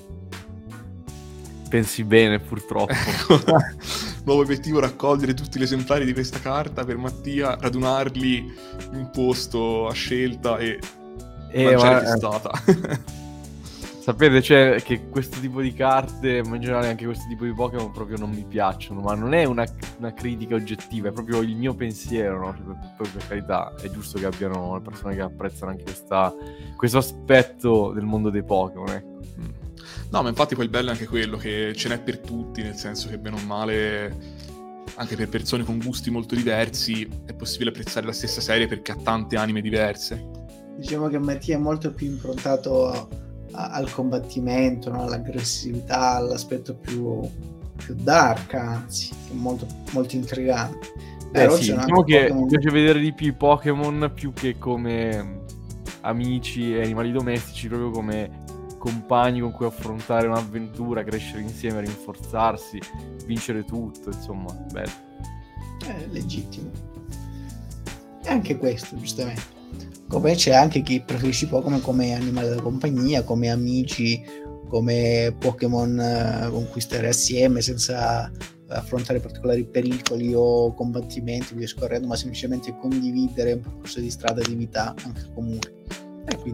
Pensi bene, purtroppo. Nuovo obiettivo: raccogliere tutti gli esemplari di questa carta per Mattia, radunarli in un posto a scelta e mangiare testata. Sapete, cioè, che questo tipo di carte, ma in generale anche questo tipo di Pokémon proprio non mi piacciono, ma non è una critica oggettiva, è proprio il mio pensiero, no? Poi per carità è giusto che abbiano le persone che apprezzano anche questo aspetto del mondo dei Pokémon, ecco. No, ma infatti poi il bello è anche quello, che ce n'è per tutti, nel senso che bene o male, anche per persone con gusti molto diversi, è possibile apprezzare la stessa serie perché ha tante anime diverse. Diciamo che Mattia è molto più improntato al combattimento, no? All'aggressività, all'aspetto più dark, anzi, molto, molto intrigante. Sì, diciamo che mi piace vedere di più i Pokémon più che come amici e animali domestici, proprio come compagni con cui affrontare un'avventura, crescere insieme, rinforzarsi, vincere tutto, insomma, bello. È legittimo. E anche questo, giustamente. Come c'è anche chi preferisce i Pokémon come animali da compagnia, come amici, come Pokémon con cui stare assieme senza affrontare particolari pericoli o combattimenti, via scorrendo, ma semplicemente condividere un percorso di strada di vita anche comune. E quindi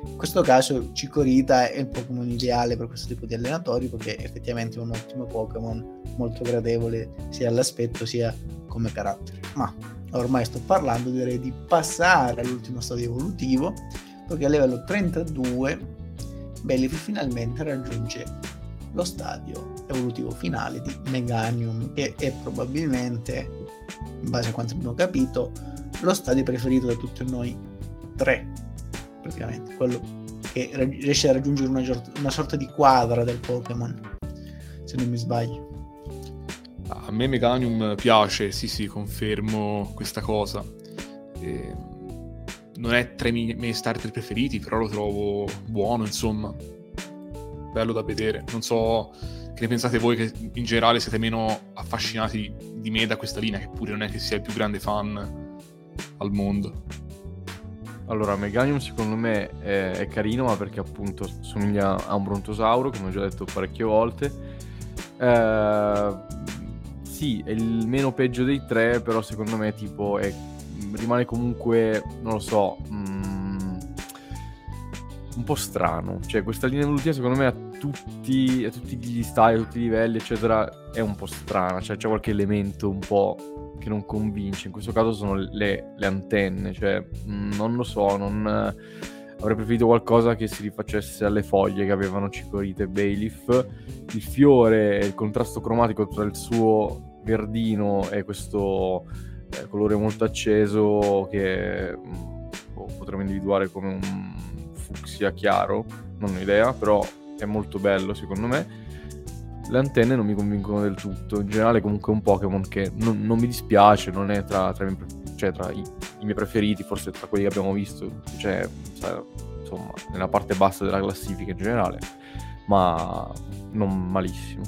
in questo caso Chikorita è il Pokémon ideale per questo tipo di allenatori, perché effettivamente è un ottimo Pokémon, molto gradevole sia all'aspetto sia come carattere. Ma ormai sto parlando, direi di passare all'ultimo stadio evolutivo, perché a livello 32 Bellif finalmente raggiunge lo stadio evolutivo finale di Meganium, che è probabilmente, in base a quanto abbiamo capito, lo stadio preferito da tutti noi tre, praticamente quello che riesce a raggiungere una sorta di quadra del Pokémon, se non mi sbaglio. A me Meganium piace, sì, confermo questa cosa. Non è tra i miei starter preferiti, però lo trovo buono, insomma. Bello da vedere. Non so che ne pensate voi, che in generale siete meno affascinati di me da questa linea, che pure non è che sia il più grande fan al mondo. Allora, Meganium secondo me è carino, ma perché appunto somiglia a un Brontosauro, come ho già detto parecchie volte. Sì, è il meno peggio dei tre, però secondo me tipo rimane comunque, non lo so, un po' strano. Cioè questa linea evolutiva secondo me a tutti gli stadi, a tutti i livelli eccetera è un po' strana, cioè c'è qualche elemento un po' che non convince. In questo caso sono le antenne, cioè non lo so, avrei preferito qualcosa che si rifacesse alle foglie che avevano Chikorita e Bellif. Il fiore, il contrasto cromatico tra il suo verdino e questo colore molto acceso che potremmo individuare come un fucsia chiaro, non ho idea, però è molto bello secondo me. Le antenne non mi convincono del tutto. In generale comunque è un Pokémon che non mi dispiace, non è tra i miei preferiti, forse tra quelli che abbiamo visto, cioè insomma nella parte bassa della classifica in generale, ma non malissimo.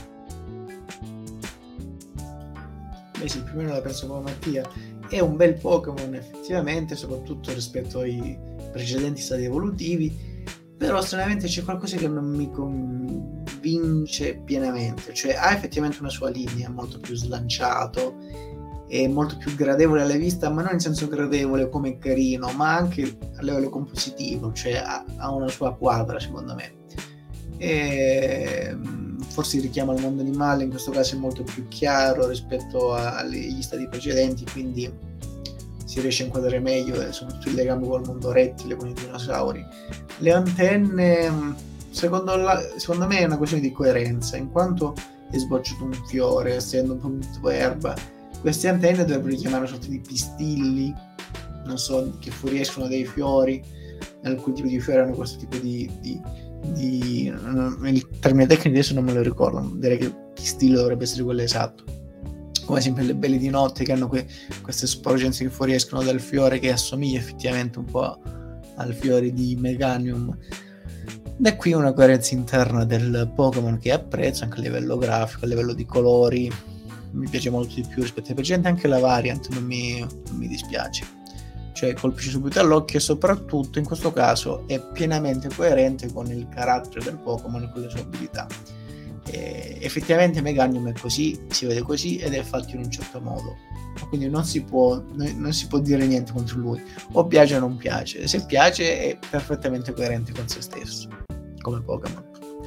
Beh sì, più o meno la penso come Mattia. È un bel Pokémon effettivamente, soprattutto rispetto ai precedenti stati evolutivi, però stranamente c'è qualcosa che non mi convince pienamente. Cioè ha effettivamente una sua linea, molto più slanciato, è molto più gradevole alla vista, ma non in senso gradevole come carino, ma anche a livello compositivo, cioè ha una sua quadra secondo me. E forse richiama il mondo animale, in questo caso è molto più chiaro rispetto agli stati precedenti, quindi si riesce a inquadrare meglio soprattutto il legame col mondo rettile, con i dinosauri. Le antenne secondo me è una questione di coerenza, in quanto è sbocciato un fiore, essendo un po' tutto erba, queste antenne dovrebbero richiamare una sorta di pistilli, non so, che fuoriescono dai fiori. Alcuni tipi di fiori hanno questo tipo il termine tecnico adesso non me lo ricordo, direi che pistillo dovrebbe essere quello esatto, come sempre le belle di notte che hanno queste sporgenze che fuoriescono dal fiore, che assomiglia effettivamente un po' al fiore di Meganium. Da qui una coerenza interna del Pokémon che apprezzo anche a livello grafico, a livello di colori mi piace molto di più rispetto ai precedenti. Anche la variant non mi dispiace, cioè colpisce subito all'occhio, e soprattutto in questo caso è pienamente coerente con il carattere del Pokémon e con le sue abilità. Effettivamente Meganium è così, si vede così ed è fatto in un certo modo, quindi non si può dire niente contro lui, o piace o non piace. Se piace è perfettamente coerente con se stesso come Pokémon.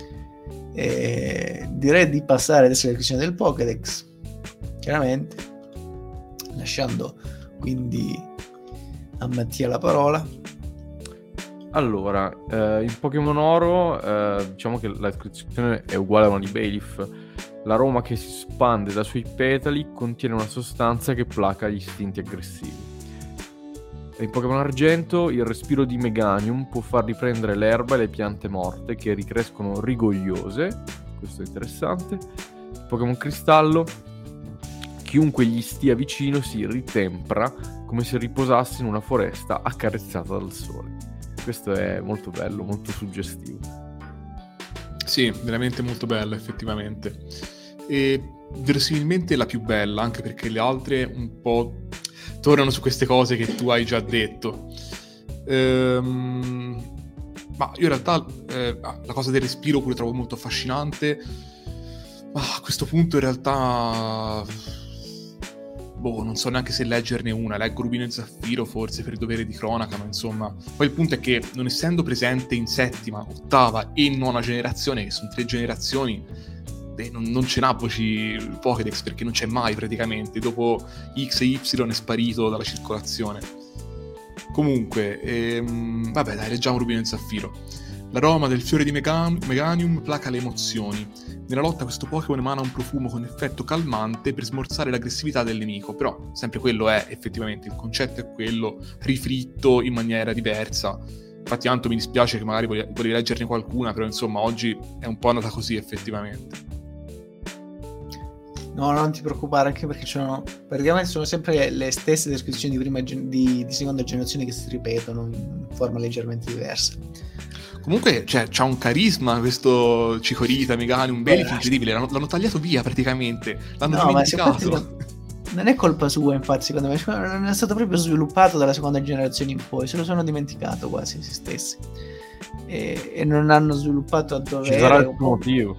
Direi di passare adesso alla questione del Pokédex, chiaramente lasciando quindi a Mattia la parola. Allora, in Pokémon Oro diciamo che la descrizione è uguale a una di Bellif. L'aroma che si spande dai suoi petali contiene una sostanza che placa gli istinti aggressivi. In Pokémon Argento il respiro di Meganium può far riprendere l'erba e le piante morte che ricrescono rigogliose. Questo è interessante. In Pokémon Cristallo chiunque gli stia vicino si ritempra come se riposasse in una foresta accarezzata dal sole. Questo è molto bello, molto suggestivo. Sì, veramente molto bella effettivamente. E verosimilmente la più bella, anche perché le altre un po' tornano su queste cose che tu hai già detto. Ma io in realtà la cosa del respiro pure trovo molto affascinante. Ma a questo punto in realtà non so neanche se leggerne una, leggo Rubino e Zaffiro forse per dovere di cronaca, ma insomma, poi il punto è che non essendo presente in settima, ottava e nona generazione, che sono 3 generazioni, non ce n'ha voci Pokédex, perché non c'è mai praticamente, dopo X e Y è sparito dalla circolazione. Comunque, vabbè dai, leggiamo Rubino e Zaffiro. L'aroma del fiore di Meganium placa le emozioni. Nella lotta questo Pokémon emana un profumo con effetto calmante per smorzare l'aggressività del nemico, però sempre quello è effettivamente, il concetto è quello, rifritto in maniera diversa. Infatti Anto, mi dispiace che magari volevi leggerne qualcuna, però insomma oggi è un po' andata così effettivamente. No, non ti preoccupare, anche perché praticamente sono sempre le stesse descrizioni di seconda generazione che si ripetono in forma leggermente diversa. Comunque c'ha un carisma questo Cicorita, Meganium, Bellic incredibile, l'hanno tagliato via praticamente, l'hanno dimenticato. Non è colpa sua, infatti, secondo me non è stato proprio sviluppato dalla seconda generazione in poi, se lo sono dimenticato quasi se stessi, e non hanno sviluppato a dovere. Ci sarà il motivo.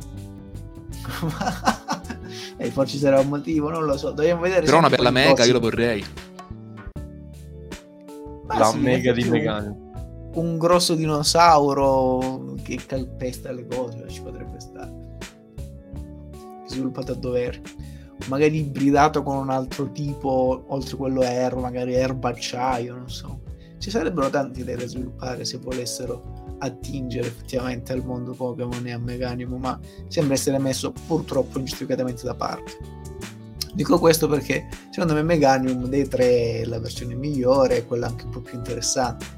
Forse ci sarà un motivo, non lo so, dobbiamo vedere. Però una bella mega io lo vorrei. La mega di Meganium. Un grosso dinosauro che calpesta le cose ci potrebbe stare, sviluppato a dovere, magari ibridato con un altro tipo oltre quello erba, magari erba acciaio, non so. Ci sarebbero tante idee da sviluppare se volessero attingere effettivamente al mondo Pokémon e a Meganium, ma sembra essere messo purtroppo ingiustificatamente da parte. Dico questo perché secondo me Meganium dei 3 è la versione migliore, è quella anche un po' più interessante.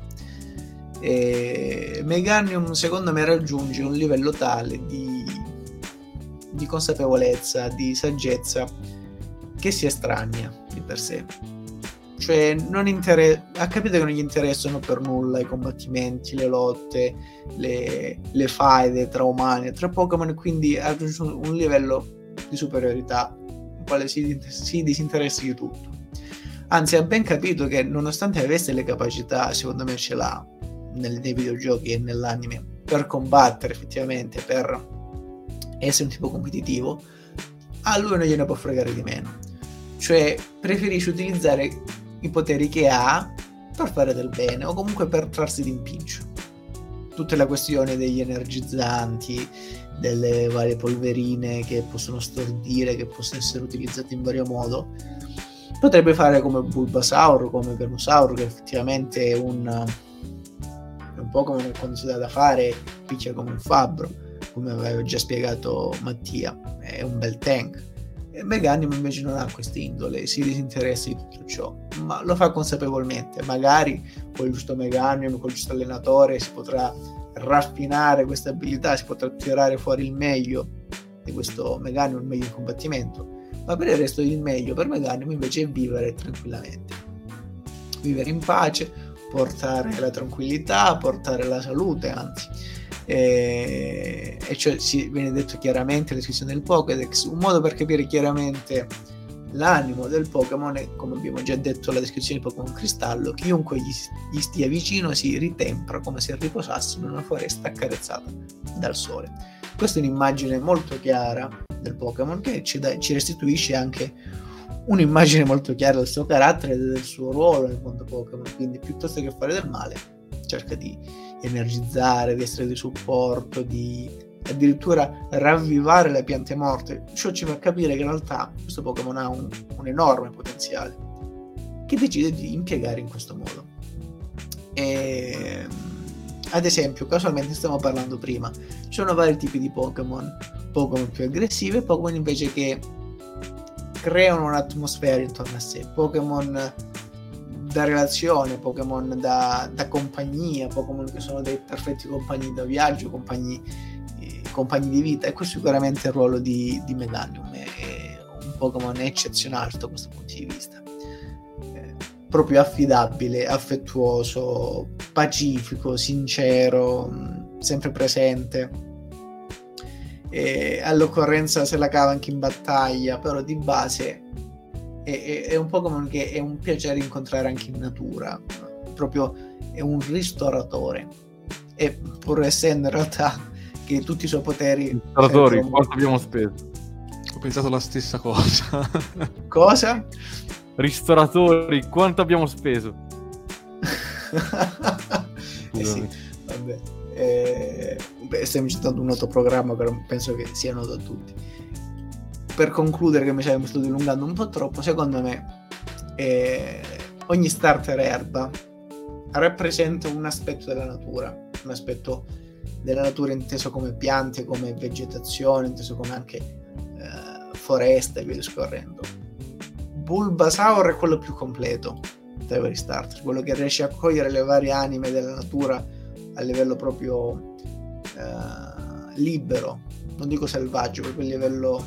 Meganium secondo me raggiunge un livello tale di consapevolezza, di saggezza, che si estranea di per sé, cioè ha capito che non gli interessano per nulla i combattimenti, le lotte, le faide tra umani e tra Pokémon, e quindi ha raggiunto un livello di superiorità in quale si disinteressa di tutto. Anzi, ha ben capito che nonostante avesse le capacità, secondo me ce l'ha nei videogiochi e nell'anime, per combattere effettivamente, per essere un tipo competitivo, a lui non gliene può fregare di meno, cioè preferisce utilizzare i poteri che ha per fare del bene o comunque per trarsi d'impiccio. Tutta la questione degli energizzanti, delle varie polverine che possono stordire, che possono essere utilizzate in vario modo, potrebbe fare come Bulbasaur, come Venusaur, che effettivamente è un Pokémon che quando si dà da fare picchia come un fabbro, come aveva già spiegato Mattia, è un bel tank. E Meganium invece non ha quest'indole, si disinteressa di tutto ciò, ma lo fa consapevolmente. Magari con il giusto Meganium, con il giusto allenatore si potrà raffinare questa abilità, si potrà tirare fuori il meglio di questo Meganium, il meglio in combattimento, ma per il resto il meglio per Meganium invece è vivere tranquillamente, vivere in pace, portare la tranquillità, portare la salute, anzi, e cioè viene detto chiaramente nella descrizione del Pokédex, un modo per capire chiaramente l'animo del Pokémon è, come abbiamo già detto alla descrizione di Pokémon Cristallo, chiunque gli stia vicino si ritempra come se riposasse in una foresta accarezzata dal sole. Questa è un'immagine molto chiara del Pokémon che ci restituisce anche un'immagine molto chiara del suo carattere e del suo ruolo nel mondo Pokémon, quindi piuttosto che fare del male cerca di energizzare, di essere di supporto, di addirittura ravvivare le piante morte. Ciò ci fa capire che in realtà questo Pokémon ha un enorme potenziale che decide di impiegare in questo modo. E, ad esempio, casualmente stiamo parlando prima, ci sono vari tipi di Pokémon più aggressivi e Pokémon invece che creano un'atmosfera intorno a sé, Pokémon da relazione, Pokémon da compagnia, Pokémon che sono dei perfetti compagni da viaggio, compagni di vita, e questo sicuramente è il ruolo di Meganium. È un Pokémon eccezionale da questo punto di vista, proprio affidabile, affettuoso, pacifico, sincero, sempre presente, e all'occorrenza se la cava anche in battaglia, però di base è un Pokémon che è un piacere incontrare anche in natura, proprio è un ristoratore, e pur essendo in realtà che tutti i suoi poteri... Ristoratori, quanto abbiamo speso? Ho pensato la stessa cosa. Cosa? Ristoratori, quanto abbiamo speso? Sì, vabbè. Stiamo citando un noto programma, però penso che sia noto a tutti. Per concludere, che mi sto dilungando un po' troppo, secondo me ogni starter erba rappresenta un aspetto della natura, un aspetto della natura inteso come piante, come vegetazione, inteso come anche foresta e via discorrendo. Bulbasaur è quello più completo tra i vari starter, quello che riesce a cogliere le varie anime della natura a livello proprio libero, non dico selvaggio, proprio a livello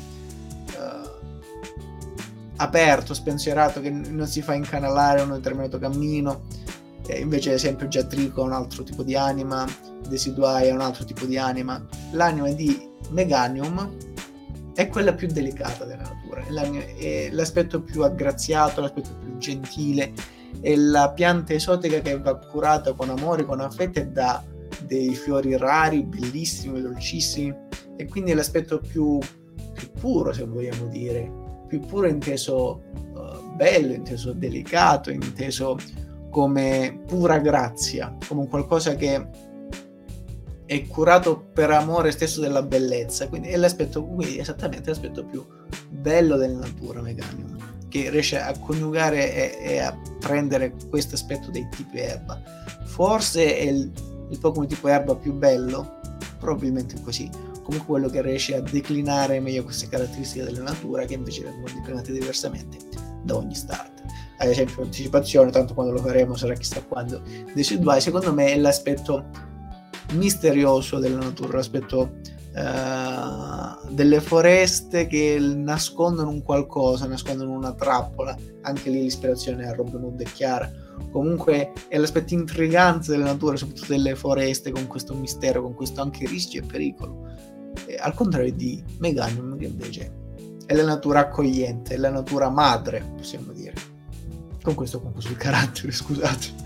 aperto, spensierato, che non si fa incanalare un determinato cammino. Invece ad esempio Giatrico è un altro tipo di anima, Decidueye è un altro tipo di anima. L'anima di Meganium è quella più delicata della natura, è l'aspetto più aggraziato, l'aspetto più gentile, è la pianta esotica che va curata con amore, con affetto, e dà dei fiori rari, bellissimi, dolcissimi, e quindi è l'aspetto più puro, se vogliamo dire, più puro inteso bello, inteso delicato, inteso come pura grazia, come un qualcosa che è curato per amore stesso della bellezza. Quindi è esattamente l'aspetto più bello della natura Meganium, che riesce a coniugare e a prendere questo aspetto dei tipi erba. Forse è il Pokémon tipo erba più bello, probabilmente così, comunque quello che riesce a declinare meglio queste caratteristiche della natura, che invece vengono declinate diversamente da ogni starter. Ad esempio anticipazione, tanto quando lo faremo sarà chissà quando, Decidueye secondo me è l'aspetto misterioso della natura, l'aspetto delle foreste che nascondono un qualcosa, nascondono una trappola. Anche lì l'ispirazione a Robin Hood è chiara. Comunque è l'aspetto intrigante della natura, soprattutto delle foreste, con questo mistero, con questo anche rischio e pericolo, al contrario di Meganium, che invece è la natura accogliente, è la natura madre, possiamo dire. Con questo concluso il carattere, scusate.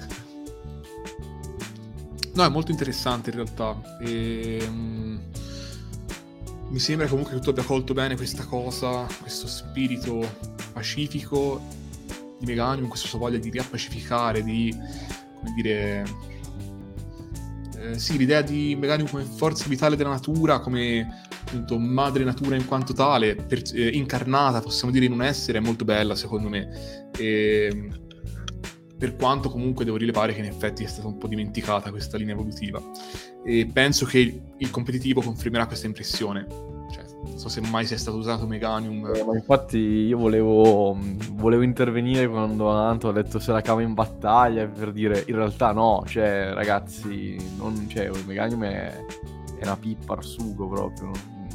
No, è molto interessante in realtà. Mi sembra comunque che tu abbia colto bene questa cosa, questo spirito pacifico di Meganium, questa sua voglia di riappacificare, di, come dire, sì, l'idea di Meganium come forza vitale della natura, come appunto madre natura in quanto tale, incarnata, possiamo dire, in un essere, è molto bella secondo me. Per quanto comunque devo rilevare che in effetti è stata un po' dimenticata questa linea evolutiva, e penso che il competitivo confermerà questa impressione. Cioè, non so se mai sia stato usato Meganium. Ma infatti io volevo intervenire quando Anto ha detto se la cava in battaglia, per dire in realtà no, cioè ragazzi, Meganium è una pippa al sugo proprio,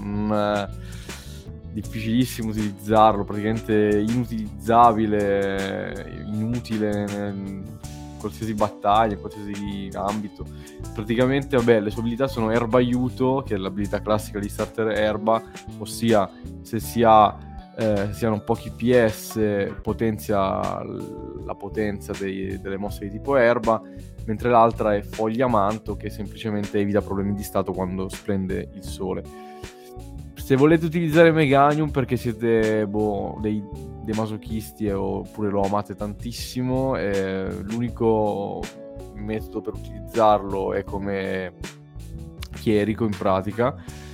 difficilissimo utilizzarlo, praticamente inutilizzabile, inutile in qualsiasi battaglia, in qualsiasi ambito. Praticamente, vabbè, le sue abilità sono erba aiuto, che è l'abilità classica di starter erba, ossia se siano pochi PS potenzia la potenza delle mosse di tipo erba, mentre l'altra è foglia manto, che semplicemente evita problemi di stato quando splende il sole. Se volete utilizzare Meganium perché siete dei masochisti oppure lo amate tantissimo, l'unico metodo per utilizzarlo è come chierico in pratica.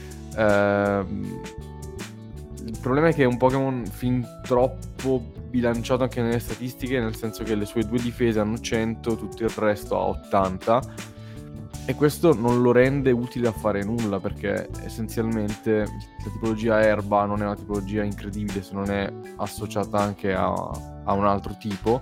Il problema è che è un Pokémon fin troppo bilanciato anche nelle statistiche, nel senso che le sue 2 difese hanno 100, tutto il resto ha 80. E questo non lo rende utile a fare nulla, perché essenzialmente la tipologia erba non è una tipologia incredibile se non è associata anche a un altro tipo,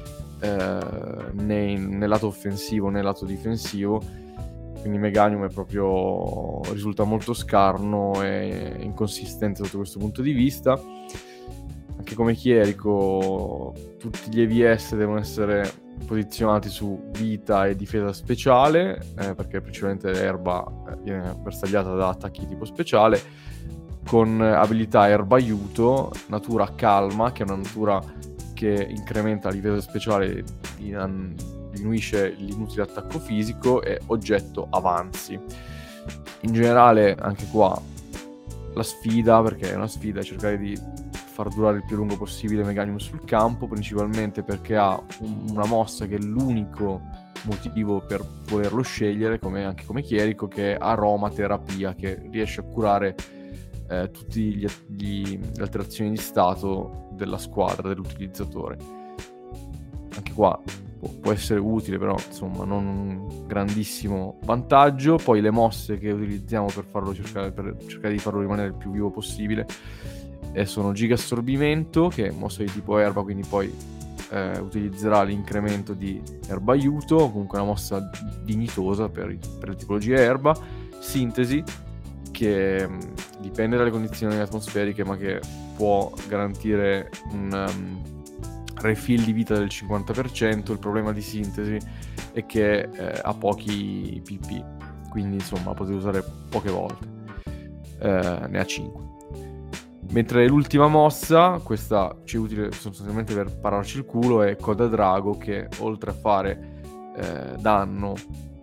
né nel lato offensivo né lato difensivo. Quindi Meganium risulta molto scarno e inconsistente sotto questo punto di vista. Anche come chierico tutti gli EVS devono essere posizionati su vita e difesa speciale, perché principalmente l'erba viene bersagliata da attacchi tipo speciale, con abilità erba aiuto, natura calma, che è una natura che incrementa la difesa speciale, diminuisce l'inutile attacco fisico, e oggetto avanzi. In generale anche qua la sfida, perché è una sfida, cercare di far durare il più lungo possibile Meganium sul campo, principalmente perché ha una mossa che è l'unico motivo per volerlo scegliere, anche come Chierico, che è aromaterapia, che riesce a curare tutte le alterazioni di stato della squadra, dell'utilizzatore. Anche qua può essere utile, però insomma non un grandissimo vantaggio. Poi le mosse che utilizziamo per cercare di farlo rimanere il più vivo possibile sono Giga Assorbimento, che è mossa di tipo erba, quindi poi utilizzerà l'incremento di erba aiuto, comunque una mossa dignitosa per le tipologie erba. Sintesi, che dipende dalle condizioni atmosferiche, ma che può garantire un refill di vita del 50%. Il problema di Sintesi è che ha pochi PP, quindi insomma la potete usare poche volte, ne ha 5. Mentre l'ultima mossa, questa ci è utile sostanzialmente per pararci il culo, è Coda Drago, che oltre a fare danno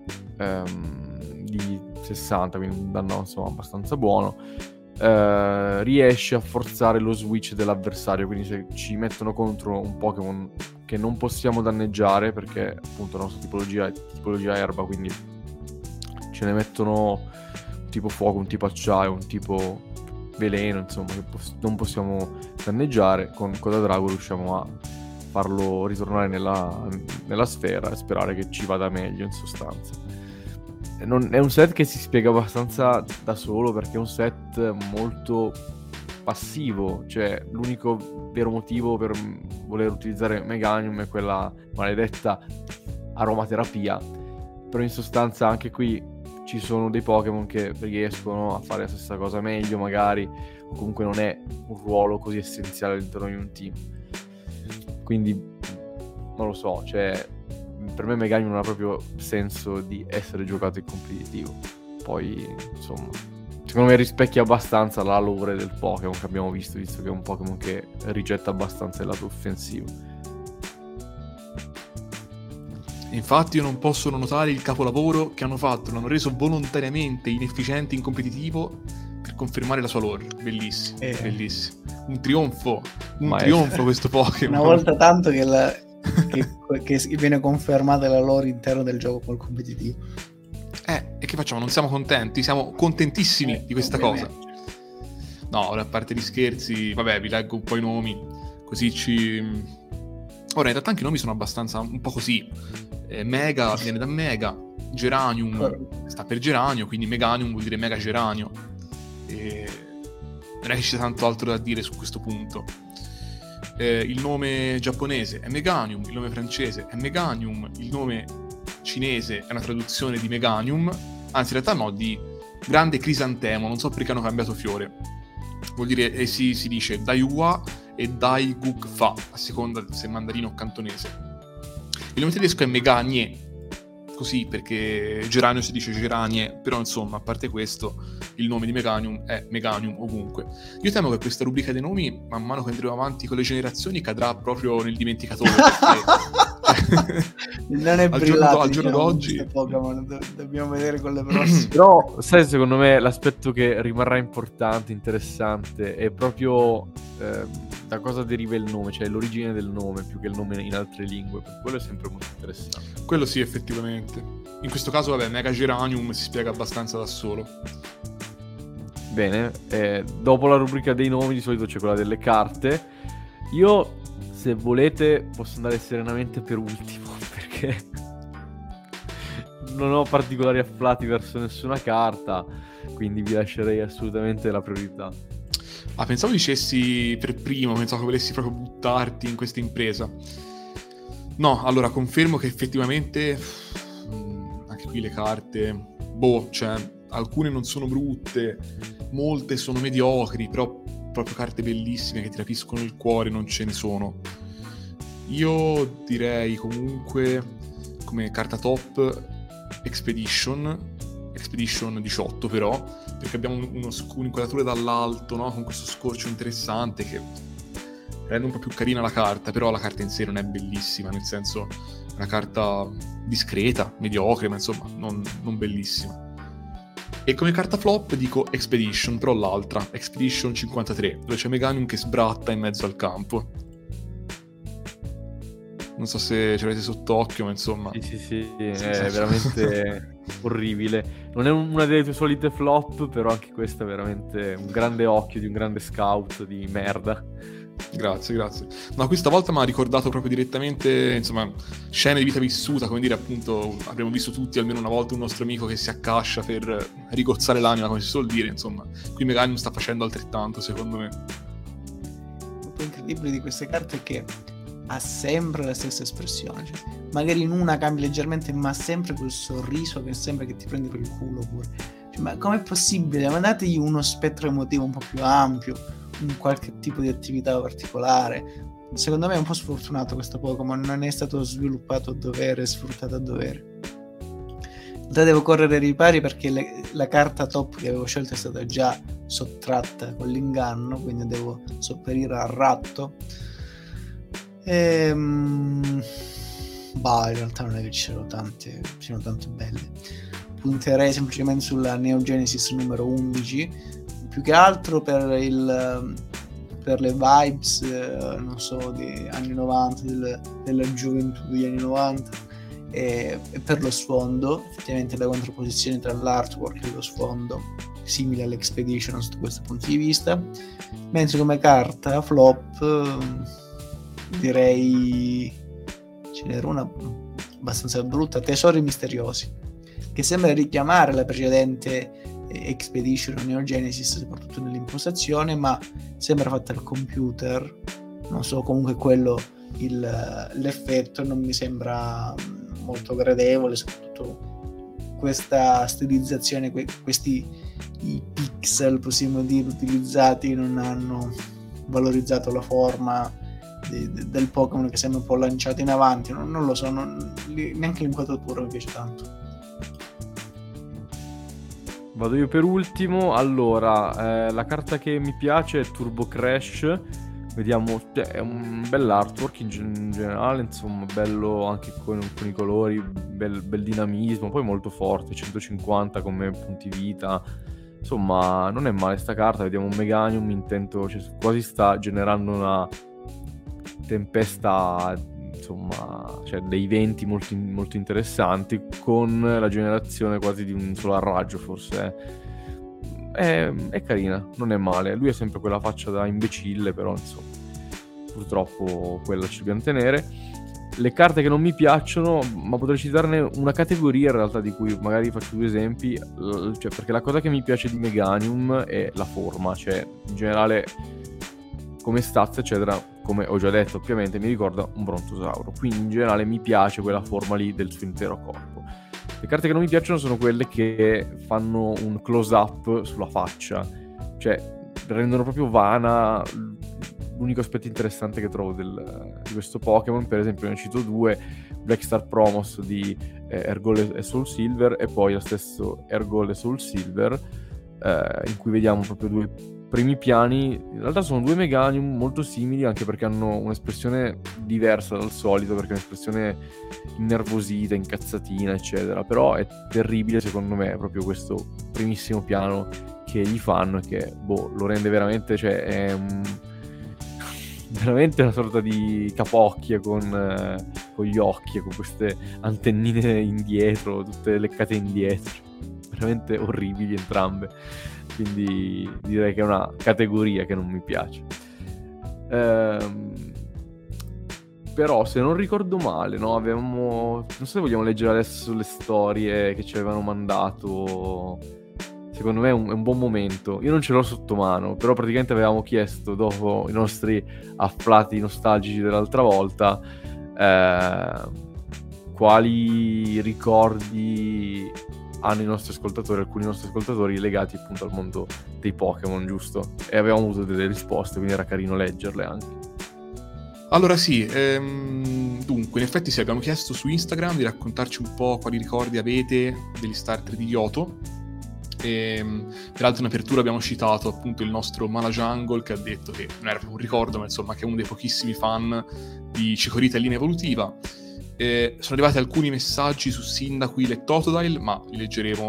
di 60, quindi un danno insomma abbastanza buono, riesce a forzare lo switch dell'avversario. Quindi se ci mettono contro un Pokémon che non possiamo danneggiare, perché appunto la nostra tipologia è tipologia erba, quindi ce ne mettono un tipo fuoco, un tipo acciaio, un tipo veleno, insomma, che non possiamo danneggiare, con Coda Drago riusciamo a farlo ritornare nella sfera e sperare che ci vada meglio, in sostanza. È un set che si spiega abbastanza da solo, perché è un set molto passivo, cioè l'unico vero motivo per voler utilizzare Meganium è quella maledetta aromaterapia, però in sostanza anche qui ci sono dei Pokémon che riescono a fare la stessa cosa meglio magari, o comunque non è un ruolo così essenziale all'interno di un team, quindi non lo so, cioè per me Meganium non ha proprio senso di essere giocato in competitivo. Poi insomma secondo me rispecchia abbastanza la lore del Pokémon che abbiamo visto che è un Pokémon che rigetta abbastanza il lato offensivo. Infatti io non posso non notare il capolavoro che hanno fatto, l'hanno reso volontariamente inefficiente in competitivo per confermare la sua lore. Bellissimo, bellissimo. Un trionfo questo Pokémon. Una volta tanto che viene confermata la lore all'interno del gioco col competitivo. E che facciamo? Non siamo contenti? Siamo contentissimi di questa cosa. No, ora a parte gli scherzi, vabbè, vi leggo un po' i nomi, così Ora, in realtà anche i nomi sono abbastanza un po' così. Mega viene da Mega, Geranium sta per Geranio, quindi Meganium vuol dire Mega Geranio. E non è che ci sia tanto altro da dire su questo punto. Il nome giapponese è Meganium, il nome francese è Meganium, il nome cinese è una traduzione di Meganium, anzi in realtà no, di grande crisantemo, non so perché hanno cambiato fiore. Vuol dire, si dice Daiwa e Dai Guk Fa, a seconda se mandarino o cantonese. Il nome tedesco è Meganie, così perché Geranio si dice Geranie, però insomma, a parte questo, il nome di Meganium è Meganium ovunque. Io temo che questa rubrica dei nomi, man mano che andremo avanti con le generazioni, cadrà proprio nel dimenticatore, perché non è brillato, al giorno d'oggi Pokémon, dobbiamo vedere con le prossime. Però sai, secondo me l'aspetto che rimarrà importante, interessante, è proprio da cosa deriva il nome, cioè l'origine del nome più che il nome in altre lingue, per quello è sempre molto interessante. Quello sì, effettivamente. In questo caso, vabbè, Mega Geranium si spiega abbastanza da solo. Bene, dopo la rubrica dei nomi di solito c'è quella delle carte. Io, se volete, posso andare serenamente per ultimo, perché non ho particolari afflati verso nessuna carta, quindi vi lascerei assolutamente la priorità. Ah, pensavo dicessi per primo, pensavo che volessi proprio buttarti in questa impresa. No, allora confermo che effettivamente anche qui le carte, cioè alcune non sono brutte, molte sono mediocri, però proprio carte bellissime che ti rapiscono il cuore non ce ne sono. Io direi comunque come carta top Expedition 18 però, perché abbiamo un'inquadratura dall'alto, no? Con questo scorcio interessante che rende un po' più carina la carta, però la carta in sé non è bellissima, nel senso è una carta discreta, mediocre, ma insomma non bellissima. E come carta flop dico Expedition, però l'altra, Expedition 53, dove c'è Meganium che sbratta in mezzo al campo. Non so se ce l'avete sott'occhio, ma insomma... Sì, è veramente orribile. Non è una delle tue solite flop, però anche questa è veramente un grande occhio di un grande scout di merda. Grazie. No, questa volta mi ha ricordato proprio direttamente, insomma, scene di vita vissuta, come dire, appunto, abbiamo visto tutti almeno una volta un nostro amico che si accascia per rigozzare l'anima, come si suol dire, insomma. Qui Meganium sta facendo altrettanto, secondo me. Il più incredibile di queste carte è che ha sempre la stessa espressione, cioè, magari in una cambia leggermente, ma sempre quel sorriso che sembra che ti prendi per il culo pure. Cioè, ma com'è possibile? Ma dategli uno spettro emotivo un po' più ampio, un qualche tipo di attività particolare. Secondo me è un po' sfortunato questo Pokémon, non è stato sviluppato a dovere, sfruttato a dovere. Devo correre ai ripari perché la carta top che avevo scelto è stata già sottratta con l'inganno, quindi devo sopperire al ratto. In realtà non è che ci siano tante belle. Punterei semplicemente sulla Neo Genesis numero 11, più che altro per le vibes, non so, degli anni 90, della gioventù degli anni 90, e per lo sfondo, effettivamente la contrapposizione tra l'artwork e lo sfondo simile all'Expedition sotto questo punto di vista. Mentre come carta flop direi ce n'era una abbastanza brutta, Tesori Misteriosi, che sembra richiamare la precedente Expedition o Neo Genesis, soprattutto nell'impostazione, ma sembra fatta al computer, non so, comunque quello l'effetto non mi sembra molto gradevole, soprattutto questa stilizzazione, questi i pixel, possiamo dire, utilizzati non hanno valorizzato la forma del Pokémon, che sembra un po' lanciato in avanti, non lo so, neanche l'inquadratura mi piace tanto. Vado io per ultimo. Allora, la carta che mi piace è Turbo Crash. Vediamo, è un bell'artwork in generale, insomma, bello anche con i colori, bel dinamismo, poi molto forte, 150 come punti vita. Insomma, non è male sta carta. Vediamo un Meganium intento, cioè, quasi sta generando una tempesta, insomma, cioè dei venti molto, molto interessanti, con la generazione quasi di un solo raggio, forse è carina, non è male. Lui ha sempre quella faccia da imbecille, però insomma, purtroppo quella ci dobbiamo tenere. Le carte che non mi piacciono, ma potrei citarne una categoria in realtà, di cui magari faccio due esempi, cioè, perché la cosa che mi piace di Meganium è la forma, cioè in generale come stats eccetera, come ho già detto, ovviamente mi ricorda un Brontosauro, quindi in generale mi piace quella forma lì del suo intero corpo. Le carte che non mi piacciono sono quelle che fanno un close up sulla faccia, cioè rendono proprio vana l'unico aspetto interessante che trovo di questo Pokémon. Per esempio ne cito due: Black Star Promos di Ergol e Soul Silver, e poi lo stesso Ergol e Soul Silver, in cui vediamo proprio due primi piani. In realtà sono due Meganium molto simili, anche perché hanno un'espressione diversa dal solito, perché è un'espressione innervosita, incazzatina eccetera, però è terribile secondo me proprio questo primissimo piano che gli fanno, e che lo rende veramente, cioè è veramente una sorta di capocchie con gli occhi e con queste antennine indietro, tutte leccate indietro, veramente orribili entrambe. Quindi direi che è una categoria che non mi piace. Però se non ricordo male, no, non so se vogliamo leggere adesso le storie che ci avevano mandato. Secondo me è un buon momento. Io non ce l'ho sotto mano, però praticamente avevamo chiesto, dopo i nostri afflati nostalgici dell'altra volta, quali ricordi hanno i nostri ascoltatori, alcuni nostri ascoltatori legati appunto al mondo dei Pokémon, giusto? E avevamo avuto delle risposte, quindi era carino leggerle anche. Allora sì, dunque in effetti sì, abbiamo chiesto su Instagram di raccontarci un po' quali ricordi avete degli starter di Yoto. Peraltro in apertura abbiamo citato appunto il nostro Mala Jungle, che ha detto che non era proprio un ricordo, ma insomma che è uno dei pochissimi fan di Chikorita in linea evolutiva. Sono arrivati alcuni messaggi su Cyndaquil e Totodile, ma li leggeremo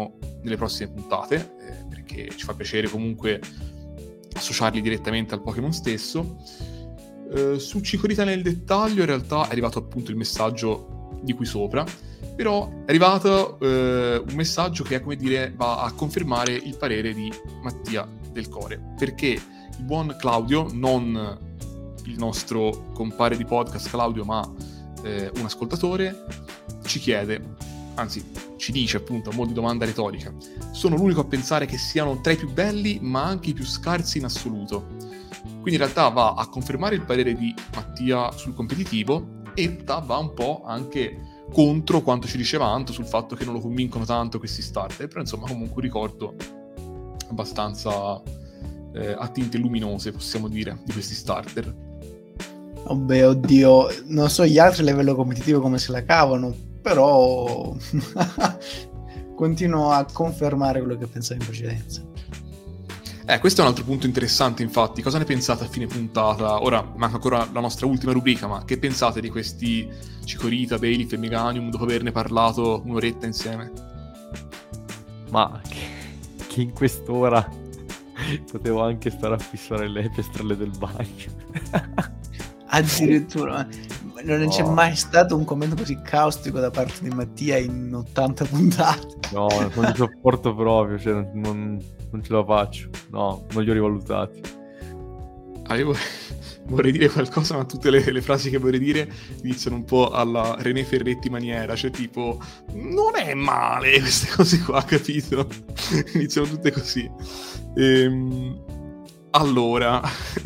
nelle prossime puntate, perché ci fa piacere comunque associarli direttamente al Pokémon stesso. Su Chikorita nel dettaglio in realtà è arrivato appunto il messaggio di qui sopra, però è arrivato un messaggio che è, come dire, va a confermare il parere di Mattia Del Core, perché il buon Claudio, non il nostro compare di podcast Claudio, ma un ascoltatore, ci chiede, anzi ci dice appunto a mo' di domanda retorica: sono l'unico a pensare che siano tra i più belli ma anche i più scarsi in assoluto. Quindi in realtà va a confermare il parere di Mattia sul competitivo e in realtà va un po' anche contro quanto ci diceva Anto sul fatto che non lo convincono tanto questi starter, però insomma comunque un ricordo abbastanza a tinte luminose, possiamo dire, di questi starter. Vabbè, oddio, non so gli altri a livello competitivo come se la cavano, però continuo a confermare quello che pensavo in precedenza. Questo è un altro punto interessante, infatti. Cosa ne pensate a fine puntata? Ora manca ancora la nostra ultima rubrica, ma che pensate di questi Chikorita, Bayleef e Meganium dopo averne parlato un'oretta insieme? Ma che in quest'ora potevo anche stare a fissare le piastrelle del bagno. Addirittura, non c'è mai stato un commento così caustico da parte di Mattia in 80 puntate. No, non li sopporto proprio, cioè non ce la faccio. No, non li ho rivalutati. Vorrei dire qualcosa, ma tutte le frasi che vorrei dire iniziano un po' alla René Ferretti maniera, cioè tipo non è male, queste cose qua, capito? Iniziano tutte così. Allora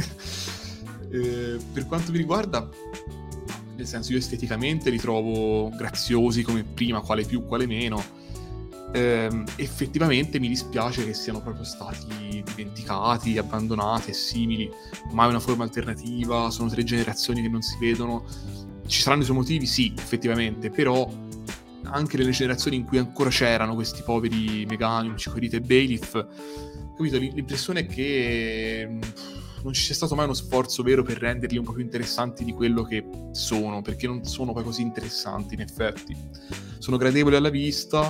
per quanto mi riguarda, nel senso, io esteticamente li trovo graziosi come prima, quale più, quale meno. Effettivamente mi dispiace che siano proprio stati dimenticati, abbandonati e simili. Mai una forma alternativa, sono 3 generazioni che non si vedono. Ci saranno i suoi motivi, sì, effettivamente, però anche nelle generazioni in cui ancora c'erano questi poveri Meganium, Chikorita e Bayleef, capito? L'impressione è che non ci sia stato mai uno sforzo vero per renderli un po' più interessanti di quello che sono, perché non sono poi così interessanti in effetti. Sono gradevoli alla vista,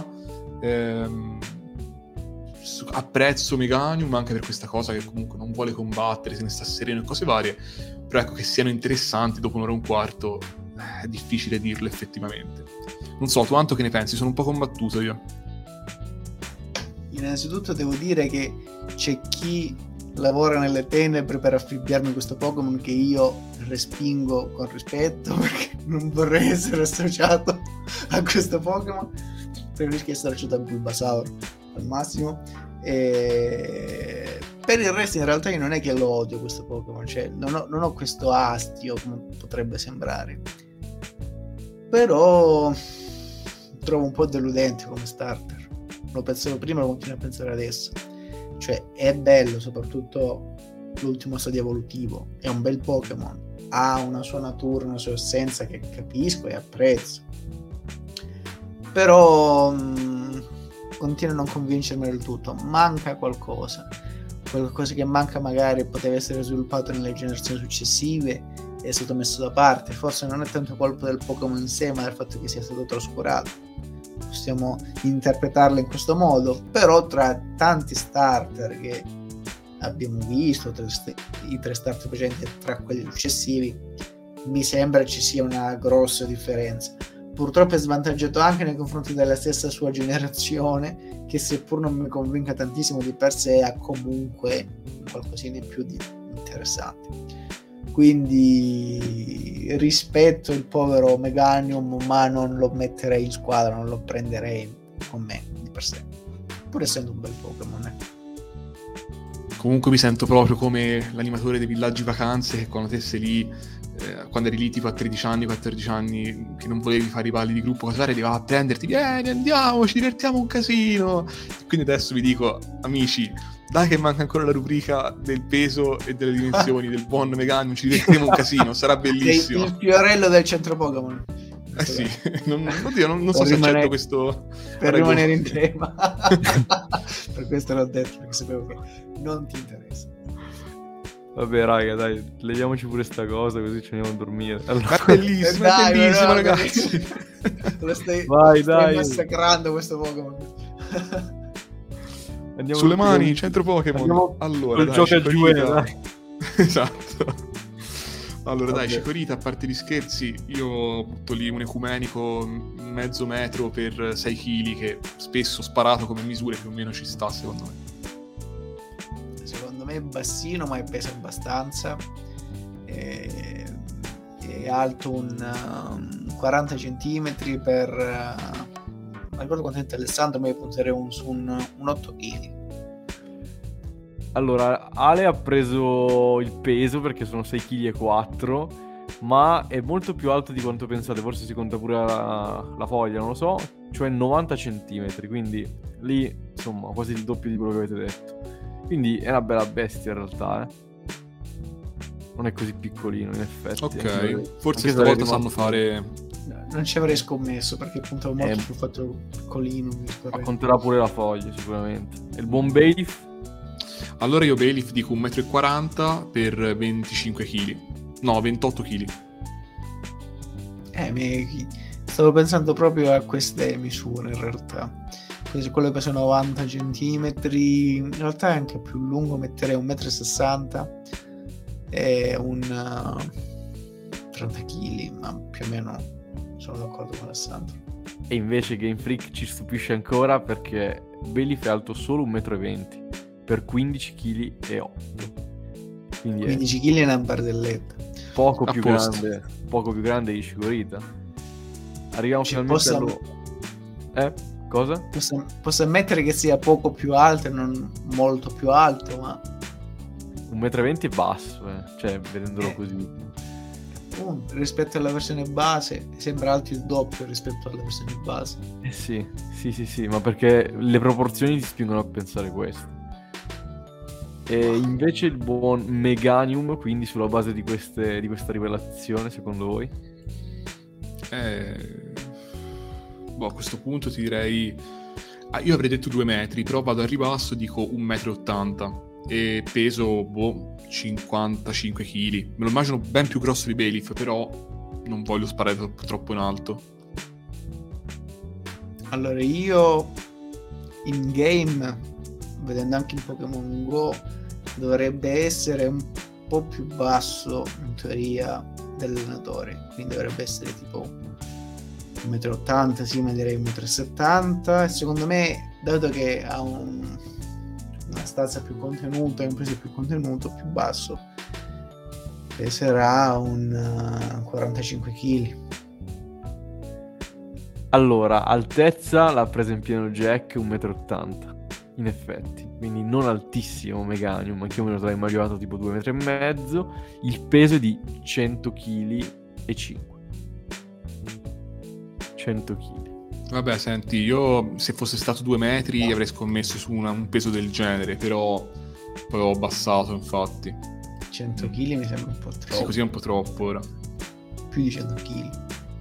apprezzo Meganium anche per questa cosa che comunque non vuole combattere, se ne sta sereno e cose varie, però ecco, che siano interessanti dopo un'ora e un quarto è difficile dirlo effettivamente. Non so, tu Anto che ne pensi? Sono un po' combattuto io. Innanzitutto devo dire che c'è chi lavora nelle tenebre per affibbiarmi questo Pokémon che io respingo con rispetto, perché non vorrei essere associato a questo Pokémon. Preferisco essere associato a Bulbasaur al massimo. Per il resto in realtà io non è che lo odio questo Pokémon, cioè non ho questo astio come potrebbe sembrare, però trovo un po' deludente come starter. Lo pensavo prima, lo continuo a pensare adesso. Cioè è bello, soprattutto l'ultimo stadio evolutivo, è un bel Pokémon, ha una sua natura, una sua essenza che capisco e apprezzo, però continua a non convincermi del tutto. Manca qualcosa che manca, magari poteva essere sviluppato nelle generazioni successive, è stato messo da parte. Forse non è tanto colpa del Pokémon in sé, ma del fatto che sia stato trascurato. Possiamo interpretarla in questo modo, però tra tanti starter che abbiamo visto, i 3 starter precedenti e tra quelli successivi, mi sembra ci sia una grossa differenza. Purtroppo è svantaggiato anche nei confronti della stessa sua generazione, che seppur non mi convinca tantissimo di per sé, ha comunque qualcosina in più di interessante. Quindi rispetto il povero Meganium, ma non lo metterei in squadra, non lo prenderei con me di per sé, pur essendo un bel Pokémon. Comunque mi sento proprio come l'animatore dei villaggi vacanze, che quando te sei lì, quando eri lì tipo a 13 anni, 14 anni, che non volevi fare i balli di gruppo, cosa fare, arrivava a prenderti, vieni, andiamo, ci divertiamo un casino. Quindi adesso vi dico, amici, dai che manca ancora la rubrica del peso e delle dimensioni del buon Meganium, ci divertiremo un casino, sarà bellissimo. Il fiorello del centro Pokémon. Sì, non so se accetto questo. Per rimanere in tema. Per questo l'ho detto, perché sapevo che non ti interessa. Vabbè raga, dai, leviamoci pure sta cosa così ci andiamo a dormire. Allora... È bellissimo, dai, è bellissimo, no, ragazzi. Lo stai Vai, dai. massacrando questo Pokémon. Andiamo Sulle tutti mani, con- centro Pokémon. Andiamo Allora, col dai, gioco a Cicorita. giuela, dai. Esatto. Allora, dai, Vabbè. Cicorita, a parte gli scherzi, io butto lì un ecumenico mezzo metro per 6 kg, che spesso sparato come misure più o meno ci sta, secondo me. Secondo me è bassino, ma pesa abbastanza. È alto un 40 cm per... non ricordo quanto è Alessandro, ma io punterei su un 8 kg. Allora, Ale ha preso il peso perché sono 6,4 kg, ma è molto più alto di quanto pensate, forse si conta pure la foglia, non lo so, cioè 90 cm, quindi lì, insomma, quasi il doppio di quello che avete detto. Quindi è una bella bestia in realtà, Non è così piccolino, in effetti. Ok, forse anche se stavolta avete sanno rimasto- fare... Non ci avrei scommesso perché puntavo molto Eh, sul fatto piccolino. Ma conterà pure la foglia, sicuramente. E il buon Bailiff? Allora io Bailiff dico 1,40 m per 25 kg. No, 28 kg. Stavo pensando proprio a queste misure in realtà. Quello pesa 90 cm, in realtà è anche più lungo, metterei 1,60 m e un 30 kg, ma più o meno sono d'accordo con Alessandro. E invece Game Freak ci stupisce ancora perché Bailiff è alto solo 1,20 m per 15,8 kg. Quindi 15 kg è una bardelletta. poco A più posto. grande di Cicorita. Arriviamo Cioè, finalmente Cosa? Posso ammettere che sia poco più alto e non molto più alto, ma 1,20 m è basso, cioè vedendolo così. rispetto alla versione base sembra alto il doppio rispetto alla versione base. Sì, ma perché le proporzioni ti spingono a pensare questo. E invece il buon Meganium, quindi sulla base di questa rivelazione, secondo voi? A questo punto ti direi... io avrei detto 2 metri, però vado a ribasso, dico 1,80 m e peso 55 kg. Me lo immagino ben più grosso di Bailiff, però non voglio sparare troppo in alto. Allora io in game, vedendo anche in Pokémon Go, dovrebbe essere un po' più basso in teoria dell'allenatore, quindi dovrebbe essere tipo 1,80 m, sì, ma direi 1,70 m. E secondo me, dato che ha una stanza più contenuta e un peso più contenuto, più basso, peserà un 45 kg. Allora, altezza l'ha presa in pieno Jack, 1,80 m, in effetti. Quindi non altissimo Meganium, anche io me lo sarei immaginato tipo 2,5 m. Il peso è di 100,5 kg. 100 kg. Vabbè, senti, io se fosse stato 2 metri avrei scommesso su un peso del genere, però poi ho abbassato, infatti. 100 kg mi sembra un po' troppo. Sì, così è un po' troppo ora. Più di 100 kg.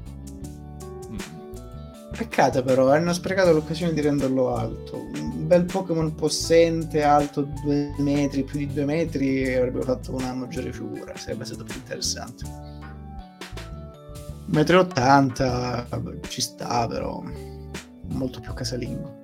Peccato però, hanno sprecato l'occasione di renderlo alto. Un bel Pokémon possente, alto 2 metri, più di 2 metri, avrebbe fatto una maggiore figura, sarebbe stato più interessante. 1,80 m ci sta, però molto più casalingo.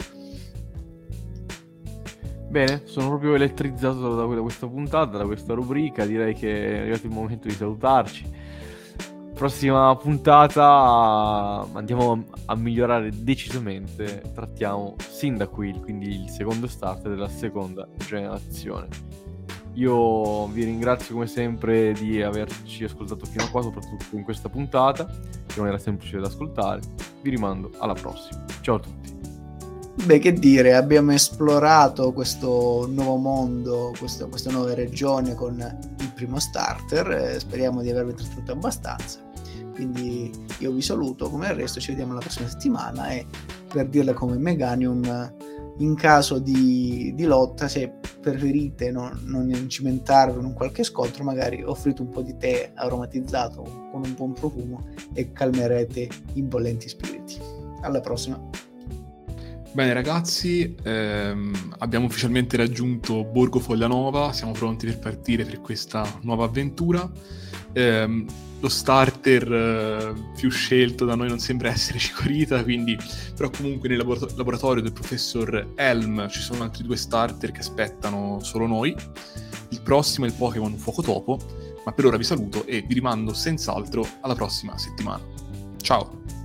Bene, sono proprio elettrizzato da questa puntata, da questa rubrica. Direi che è arrivato il momento di salutarci. Prossima puntata andiamo a migliorare decisamente. Trattiamo Cyndaquil, quindi il secondo starter della seconda generazione. Io vi ringrazio come sempre di averci ascoltato fino a qua, soprattutto in questa puntata, che non era semplice da ascoltare. Vi rimando alla prossima. Ciao a tutti. Beh, che dire, abbiamo esplorato questo nuovo mondo, queste nuove regioni con il primo starter, speriamo di avervi trattenuto abbastanza. Quindi io vi saluto, come il resto ci vediamo la prossima settimana e per dirla come Meganium, in caso di lotta, se preferite non cimentarvi in un qualche scontro, magari offrite un po' di tè aromatizzato con un buon profumo e calmerete i bollenti spiriti. Alla prossima! Bene ragazzi, abbiamo ufficialmente raggiunto Borgo Foglianova, siamo pronti per partire per questa nuova avventura. lo starter più scelto da noi non sembra essere Chikorita, quindi però comunque nel laboratorio del professor Elm ci sono altri 2 starter che aspettano solo noi. Il prossimo è il Pokémon Fuoco Topo, ma per ora vi saluto e vi rimando senz'altro alla prossima settimana. Ciao!